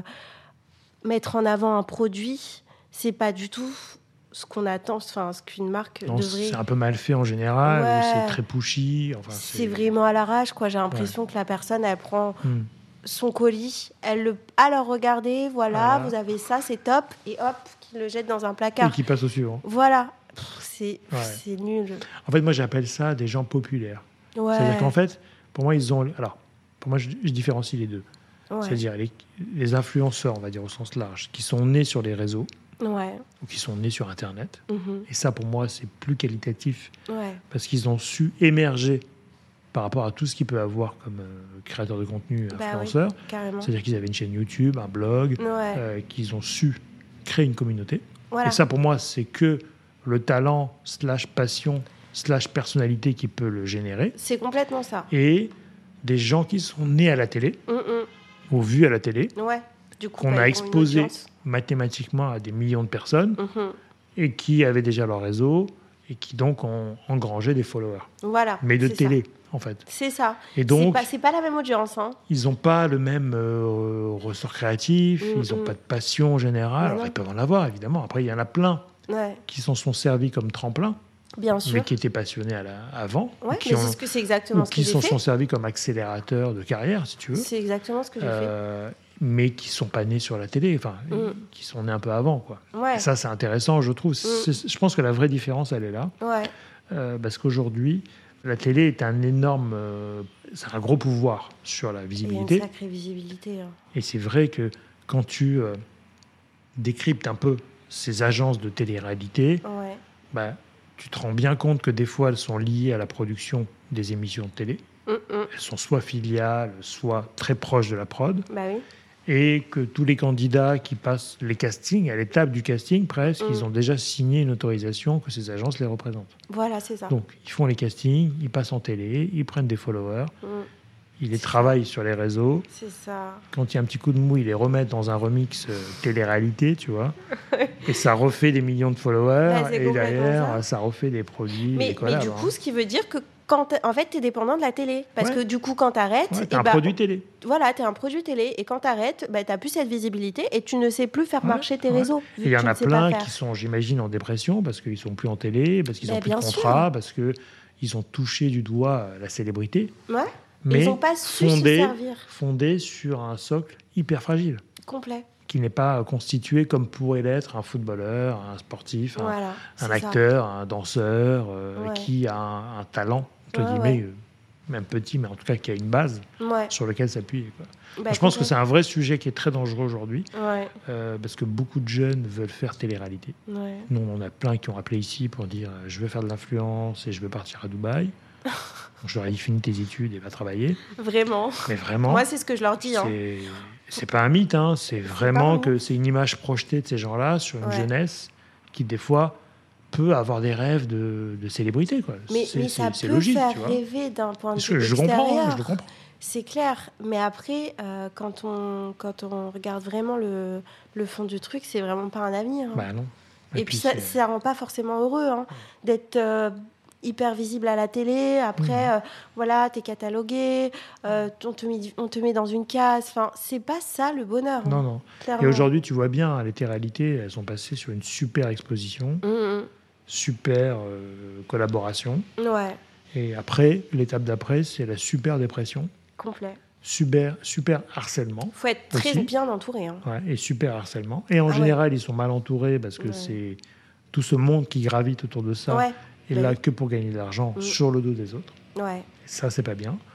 mettre en avant un produit, c'est pas du tout ce qu'on attend, enfin, ce qu'une marque Non, devrait... c'est un peu mal fait en général, Ouais. ou c'est très pushy. Enfin, c'est... c'est vraiment à l'arrache, quoi. J'ai l'impression ouais. que la personne, elle prend... Hmm. son colis, elle le, alors regardez, voilà, voilà, vous avez ça, c'est top, et hop, qu'il le jette dans un placard. Et qui passe au suivant. Voilà, Pff, c'est, ouais. c'est nul. En fait, moi, j'appelle ça des gens populaires. Ouais. C'est-à-dire qu'en fait, pour moi, ils ont... Alors, pour moi, je, je différencie les deux. Ouais. C'est-à-dire les, les influenceurs, on va dire au sens large, qui sont nés sur les réseaux, ouais. ou qui sont nés sur Internet. Mm-hmm. Et ça, pour moi, c'est plus qualitatif, ouais. parce qu'ils ont su émerger par rapport à tout ce qu'il peut avoir comme euh, créateur de contenu, influenceur. Bah oui, c'est-à-dire qu'ils avaient une chaîne YouTube, un blog, ouais. euh, qu'ils ont su créer une communauté. Voilà. Et ça, pour moi, c'est que le talent slash passion slash personnalité qui peut le générer. C'est complètement ça. Et des gens qui sont nés à la télé, Mm-mm. ou vus à la télé, ouais. du coup, qu'on a exposé mathématiquement à des millions de personnes, mm-hmm. et qui avaient déjà leur réseau, et qui donc ont engrangé des followers. Voilà, mais de télé. Ça. En fait. C'est ça. Et donc, c'est pas, c'est pas la même audience. Hein. Ils n'ont pas le même euh, ressort créatif, mmh, ils n'ont mmh. pas de passion en général. Alors, ils peuvent en avoir, évidemment. Après, il y en a plein ouais. qui s'en sont servis comme tremplin, bien sûr. mais qui étaient passionnés à la, avant. Ouais, qui mais ont, c'est, ce que c'est exactement ce que qui j'ai s'en fait. sont servis comme accélérateur de carrière, si tu veux. C'est exactement ce que j'ai euh, fait. Mais qui ne sont pas nés sur la télé, enfin, mmh. qui sont nés un peu avant. Quoi. Ouais. Et ça, c'est intéressant, je trouve. Mmh. Je pense que la vraie différence, elle est là. Ouais. Euh, parce qu'aujourd'hui, la télé est un énorme... Euh, c'est un gros pouvoir sur la visibilité. Il y a une sacrée visibilité. Hein. Et c'est vrai que quand tu euh, décryptes un peu ces agences de télé-réalité, ouais. bah, tu te rends bien compte que des fois, elles sont liées à la production des émissions de télé. Mm-mm. Elles sont soit filiales, soit très proches de la prod. Bah oui. Et que tous les candidats qui passent les castings, à l'étape du casting presque, mm. ils ont déjà signé une autorisation que ces agences les représentent. Voilà, c'est ça. Donc, ils font les castings, ils passent en télé, ils prennent des followers, mm. ils les travaillent sur les réseaux. C'est ça. Quand il y a un petit coup de mou, ils les remettent dans un remix euh, télé-réalité, tu vois. Et ça refait des millions de followers. Bah, et derrière, ça. ça refait des produits, mais, des collabs. Mais du coup, hein. ce qui veut dire que quand en fait, tu es dépendant de la télé. Parce ouais. que du coup, quand tu arrêtes... Ouais, tu es un bah, produit télé. Voilà, tu es un produit télé. Et quand tu arrêtes, bah, tu n'as plus cette visibilité et tu ne sais plus faire ouais, marcher tes ouais. réseaux. Il y en a plein qui sont, j'imagine, en dépression parce qu'ils ne sont plus en télé, parce qu'ils n'ont bah, plus de contrat, sûr. Parce qu'ils ont touché du doigt la célébrité. Ouais. Mais ils n'ont pas su fondé, se servir. Fondé sur un socle hyper fragile. Complet. Qui n'est pas constitué comme pourrait l'être un footballeur, un sportif, voilà, un, un acteur, ça. Un danseur euh, ouais. qui a un, un talent, entre ouais, guillemets, ouais. euh, même petit, mais en tout cas qui a une base ouais. sur laquelle s'appuyer. Quoi. Bah, je pense que c'est un vrai sujet qui est très dangereux aujourd'hui, ouais. euh, parce que beaucoup de jeunes veulent faire télé-réalité. Ouais. Nous, on a plein qui ont appelé ici pour dire euh, « je veux faire de l'influence et je veux partir à Dubaï ». Donc, je leur ai dit « finis tes études et va travailler ». Vraiment. Mais vraiment. Moi, c'est ce que je leur dis. C'est, hein. c'est pas un mythe, hein, c'est, c'est vraiment que mythe. C'est une image projetée de ces gens-là sur une ouais. jeunesse qui, des fois, peut avoir des rêves de, de célébrité. Quoi. Mais, c'est, mais ça c'est, peut c'est logique, faire tu vois. rêver d'un point de vue extérieur. Je comprends, je le comprends. C'est clair, mais après, euh, quand, on, quand on regarde vraiment le, le fond du truc, c'est vraiment pas un avenir. Hein. Bah non. Et, Et puis, puis ça, ça rend pas forcément heureux hein, d'être euh, hyper visible à la télé. Après, mmh. euh, voilà, t'es catalogué, euh, on, te met, on te met dans une case. Enfin, c'est pas ça le bonheur. Non, hein, non. Clairement. Et aujourd'hui, tu vois bien, les téléréalités, elles sont passées sur une super exposition, mmh. super euh, collaboration. Ouais. Et après, l'étape d'après, c'est la super dépression. Complet. Super, super harcèlement. Il faut être très aussi. bien entouré. Hein. Ouais, et super harcèlement. Et en ah général, ouais. ils sont mal entourés parce que ouais. c'est tout ce monde qui gravite autour de ça ouais. est bah là oui. que pour gagner de l'argent mmh. sur le dos des autres. Ouais. Et ça, c'est pas bien.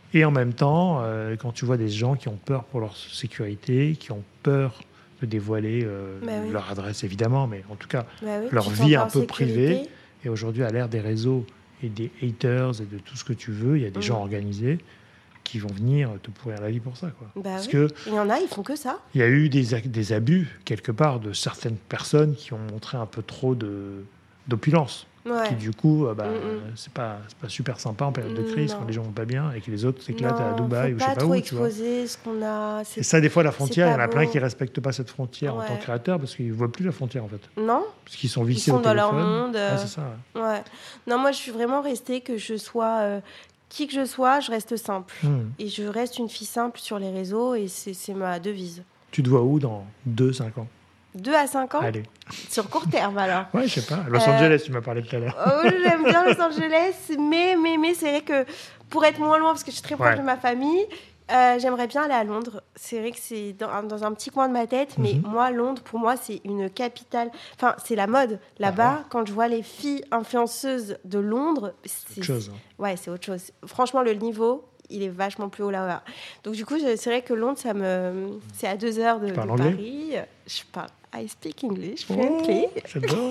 Et en même temps, euh, quand tu vois des gens qui ont peur pour leur sécurité, qui ont peur de dévoiler euh, bah oui. leur adresse, évidemment, mais en tout cas, bah oui, leur tu vie t'en un en peu sécurité. privée. Et aujourd'hui, à l'ère des réseaux et des haters et de tout ce que tu veux, il y a des Mm. gens organisés qui vont venir te pourrir la vie pour ça. Quoi. Bah Parce oui. que Il y en a, ils font que ça. il y a eu des, des abus, quelque part, de certaines personnes qui ont montré un peu trop de, d'opulence. Ouais. Qui, du coup, euh, bah, Mm-mm. c'est pas, c'est pas super sympa en période de crise, Non. quand les gens vont pas bien et que les autres s'éclatent Non, à Dubaï faut ou je sais pas pas trop où. Tu vois. exposer ce qu'on a. C'est- Et ça, des fois, la frontière, il y en pas a plein beau. qui respectent pas cette frontière en Ouais. tant que créateur parce qu'ils voient plus la frontière, en fait. Non. Parce qu'ils sont Ils vissés sont au dans leur téléphone. monde. euh, Ouais, c'est ça. ouais. Ouais. Non, moi, je suis vraiment restée que je sois euh, qui que je sois, je reste simple. Hmm. Et je reste une fille simple sur les réseaux et c'est, c'est ma devise. Tu te vois où dans deux cinq ans? deux à cinq ans Allez. sur court terme alors. Ouais, je sais pas. Los Euh, Angeles, tu m'as parlé tout à l'heure. Oh, j'aime bien Los Angeles, mais, mais, mais c'est vrai que pour être moins loin, parce que je suis très proche Ouais. de ma famille, euh, j'aimerais bien aller à Londres. C'est vrai que c'est dans, dans un petit coin de ma tête, mais Mhm. moi, Londres, pour moi, c'est une capitale. Enfin, c'est la mode. Là-bas, Ah ouais. quand je vois les filles influenceuses de Londres, C'est c'est, autre chose. hein. ouais, c'est autre chose. Franchement, le niveau, il est vachement plus haut là-bas. Donc, du coup, je- c'est vrai que Londres, ça me... c'est à deux heures de, Tu de parles anglais Paris. Je parle. I speak English Oh, fluently. j'adore.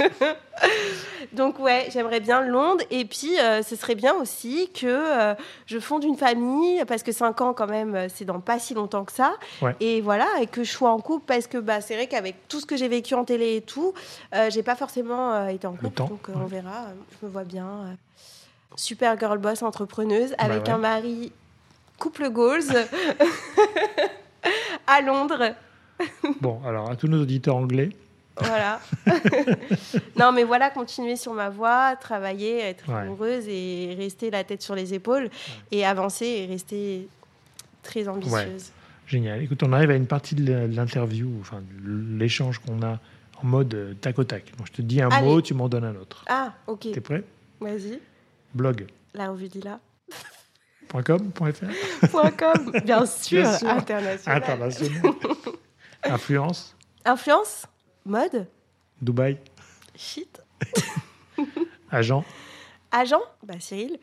Donc ouais, j'aimerais bien Londres. Et puis, euh, ce serait bien aussi que euh, je fonde une famille, parce que cinq ans, quand même, euh, c'est dans pas si longtemps que ça. Ouais. Et voilà, et que je sois en couple, parce que bah, c'est vrai qu'avec tout ce que j'ai vécu en télé et tout, euh, j'ai pas forcément euh, été en couple. temps, Donc euh, ouais. on verra. Euh, Je me vois bien. euh, super girl boss entrepreneuse, avec ouais. un mari couple goals à Londres. Bon, alors, à tous nos auditeurs anglais, Voilà. Non, mais voilà, continuer sur ma voie, travailler, être Ouais. amoureuse et rester la tête sur les épaules et avancer et rester très ambitieuse. génial. Écoute, on arrive à une partie de la- de l'interview, enfin, de l'échange qu'on a en mode euh, tac au tac. Donc, je te dis un Allez. mot, tu m'en donnes un autre. Ah, ok. T'es prêt? Vas-y. Blog. La revue d'Ila. .com, .fr Point .com, bien sûr, Bien sûr. international. International. Influence. Influence. Mode. Dubaï. Shit. Agent. Agent. Bah, Cyril.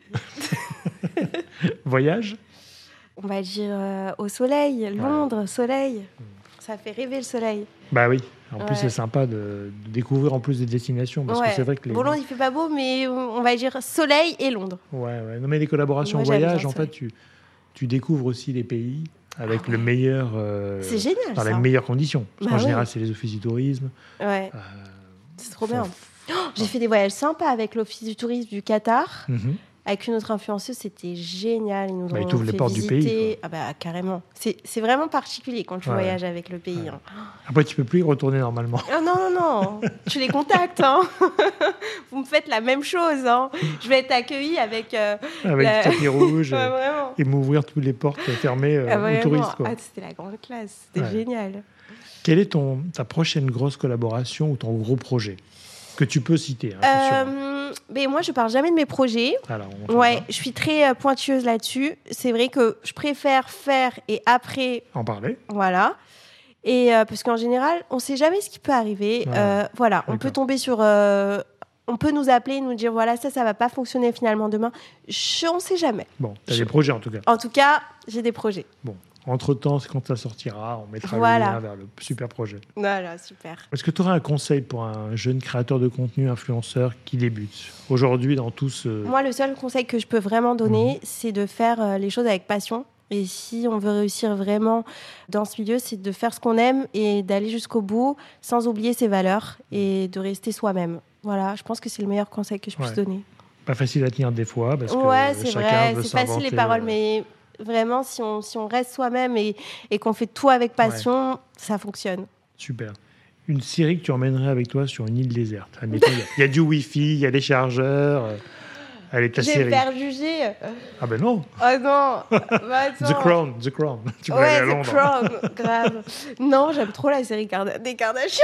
Voyage. On va dire euh, au soleil. Londres, soleil. Ça fait rêver le soleil. Bah oui. En plus, Ouais. c'est sympa de, de découvrir en plus des destinations. Parce Ouais. que c'est vrai que les. Bon, Londres, il fait pas beau, mais on va dire soleil et Londres. Ouais, ouais. Non, mais les collaborations Moi, j'aime voyage, bien en ça. fait, tu, tu découvres aussi les pays avec Ah le ouais. meilleur. euh, C'est génial, Dans ça. les meilleures conditions. Parce Bah qu'en général, oui. c'est les offices du tourisme. Ouais, euh, c'est trop faut- bien. Oh, j'ai fait des voyages sympas avec l'Office du tourisme du Qatar. Mhm. Avec une autre influenceuse, c'était génial. Ils nous Bah, ils ont t'ouvrent les fait portes du visiter. pays, Ah bah carrément. C'est, c'est vraiment particulier quand tu Ouais. voyages avec le pays. Ouais. hein. Après, tu peux plus y retourner normalement. Ah non, non, non. Tu les contactes. Hein. Vous me faites la même chose. Hein. Je vais être accueillie avec... euh, Avec La- le tapis rouge ouais, euh, vraiment. et m'ouvrir toutes les portes fermées euh, Ah, aux vraiment. touristes. Quoi. Ah, c'était la grande classe. C'était Ouais. génial. Quelle est ton, ta prochaine grosse collaboration ou ton gros projet que tu peux citer hein, c'est sûr. Euh, mais moi, je parle jamais de mes projets. Alors, on fait Ouais, ça. je suis très euh, pointueuse là-dessus. C'est vrai que je préfère faire et après, En parler. voilà. Et euh, parce qu'en général, on sait jamais ce qui peut arriver. Ouais, Euh, voilà, on d'accord. peut tomber sur, euh, on peut nous appeler, nous dire voilà ça, ça va pas fonctionner finalement demain. Je, on sait jamais. Bon, tu as Je- des projets en tout cas. En tout cas, j'ai des projets. Bon, entre-temps, c'est quand ça sortira, on mettra Voilà. le lien vers le super projet. Voilà, super. Est-ce que tu aurais un conseil pour un jeune créateur de contenu, influenceur qui débute aujourd'hui dans tout ce... Moi, le seul conseil que je peux vraiment donner, c'est de faire euh, les choses avec passion. Et si on veut réussir vraiment dans ce milieu, c'est de faire ce qu'on aime et d'aller jusqu'au bout sans oublier ses valeurs et de rester soi-même. Voilà, je pense que c'est le meilleur conseil que je puisse Ouais. donner. Pas facile à tenir des fois, parce Ouais, que c'est chacun vrai, veut c'est facile les s'inventer, paroles, euh, mais vraiment, si on, si on reste soi-même et, et qu'on fait tout avec passion, ça fonctionne. Super. Une série que tu emmènerais avec toi sur une île déserte. Admettons, il y a- il y, a du Wi-Fi, il y a des chargeurs. euh, Elle est ta Je vais série. me faire juger. Ah ben non. Oh non, bah attends. The Crown, The Crown. Tu peux aller Ouais, à The Londres. Crown, grave. Non, j'aime trop la série Karda- des Kardashians.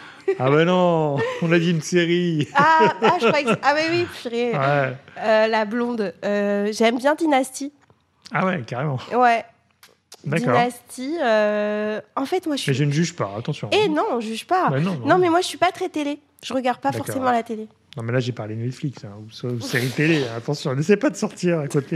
Ah ben non, on a dit une série. Ah, ah, je crois que... Ah oui, oui, purée. Ouais. Euh, la blonde. Euh, j'aime bien Dynasty. Ah ouais, carrément. Ouais. D'accord. Dynasty. euh, En fait, moi, je suis... Mais je ne juge pas, attention. Eh non, on juge pas. Ouais, non, non. Non, mais moi, je suis pas très télé. Je regarde pas D'accord. forcément la télé. Non, mais là, j'ai parlé Netflix, hein, ou, ou série télé. Attention, n'essaie pas de sortir à côté.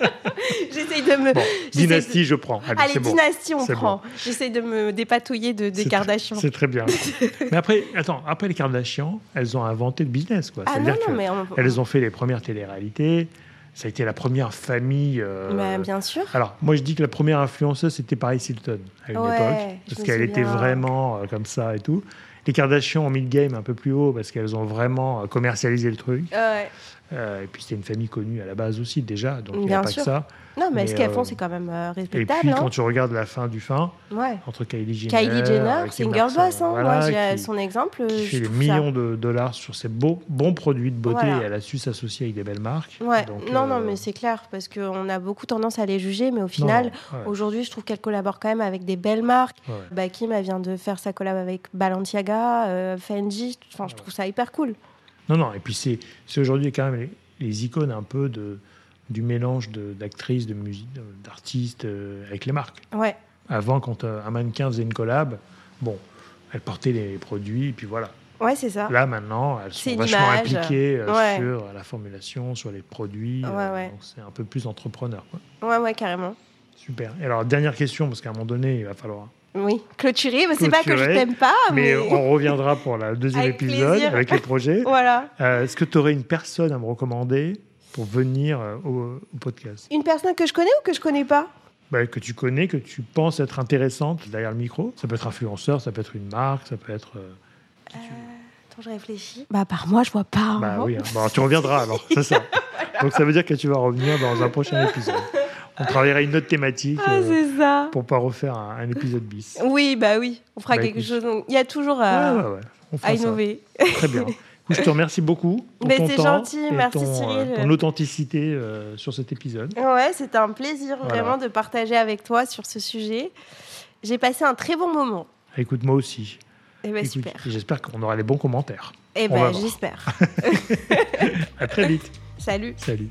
J'essaye de me... Bon, Dynasty, de... je prends. Allez, Allez Dynasty, bon. on c'est prend. Bon. J'essaye de me dépatouiller de, des c'est Kardashians. Tr- c'est très bien. Mais après, attends, après les Kardashians, elles ont inventé le business, quoi. Ah C'est-à-dire non, non, mais on... elles ont fait les premières téléréalités. Ça a été la première famille. Euh... Bah, bien sûr. Alors, moi, je dis que la première influenceuse, c'était Paris Hilton à une ouais, époque, parce qu'elle était vraiment euh, comme ça et tout. Les Kardashians ont mis le game un peu plus haut parce qu'elles ont vraiment commercialisé le truc. Ouais. Euh, et puis c'était une famille connue à la base aussi déjà, donc il n'y a pas sûr. que ça. Non, mais, mais ce qu'elles euh, font, c'est quand même euh, respectable. Et puis hein. quand tu regardes la fin du fin, ouais. entre Kylie Jenner, Kylie Jenner, c'est une girl boss. Hein. Voilà, Moi, j'ai qui, son exemple. Qui fait des millions ça. de dollars sur ses beaux, bons produits de beauté. Voilà. Et elle a su s'associer avec des belles marques. Ouais. Donc, non, euh... non, mais c'est clair parce qu'on a beaucoup tendance à les juger, mais au final, non, ouais. aujourd'hui, je trouve qu'elle collabore quand même avec des belles marques. Ouais. Bah, Kim, elle vient de faire sa collab avec Balenciaga, euh, Fendi. Enfin, je ouais. trouve ça hyper cool. Non, non. Et puis c'est, c'est aujourd'hui quand même les, les icônes un peu de du mélange de, d'actrices, de musique, d'artistes euh, avec les marques. Ouais. Avant, quand euh, un mannequin faisait une collab, bon, elle portait les produits, et puis voilà. Ouais, c'est ça. Là, maintenant, elles sont c'est vachement image. impliquées euh, ouais. sur la formulation, sur les produits. Ouais, euh, ouais. Donc c'est un peu plus entrepreneur, quoi. Ouais, ouais, carrément. Super. Et alors, dernière question, parce qu'à un moment donné, il va falloir... Oui, clôturer. Mais c'est pas que je t'aime pas, mais... mais on reviendra pour le deuxième avec épisode, plaisir. avec les projets. Voilà. Euh, est-ce que tu aurais une personne à me recommander pour venir euh, au, au podcast? Une personne que je connais ou que je connais pas? Bah, que tu connais, que tu penses être intéressante derrière le micro. Ça peut être influenceur, ça peut être une marque, ça peut être... Euh, euh, attends, je réfléchis. Bah, par moi, je vois pas. Bah hein. oui, hein. Bon, tu reviendras alors, c'est ça. Donc ça veut dire que tu vas revenir dans un prochain épisode. On travaillera une autre thématique ah, euh, c'est ça. pour pas refaire un, un épisode bis. Oui, bah oui, on fera bah, quelque écoute. chose. Il y a toujours à, ouais, ouais, ouais. On fera à innover. Ça. Très bien. Écoute, je te remercie beaucoup pour Mais ton c'est temps gentil, et merci ton, Cyril. euh, ton authenticité euh, sur cet épisode. Ouais, c'était un plaisir voilà. vraiment de partager avec toi sur ce sujet. J'ai passé un très bon moment. Écoute, moi aussi. Eh ben, Écoute, super. J'espère qu'on aura les bons commentaires. Eh ben, j'espère. À très vite. Salut. Salut.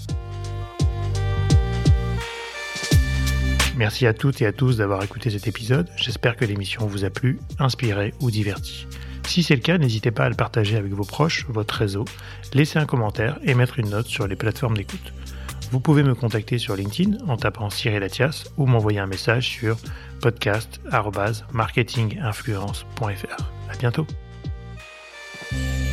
Merci à toutes et à tous d'avoir écouté cet épisode. J'espère que l'émission vous a plu, inspiré ou diverti. Si c'est le cas, n'hésitez pas à le partager avec vos proches, votre réseau, laisser un commentaire et mettre une note sur les plateformes d'écoute. Vous pouvez me contacter sur LinkedIn en tapant Cyril Athias ou m'envoyer un message sur podcast arobase marketing influence point f r. À bientôt.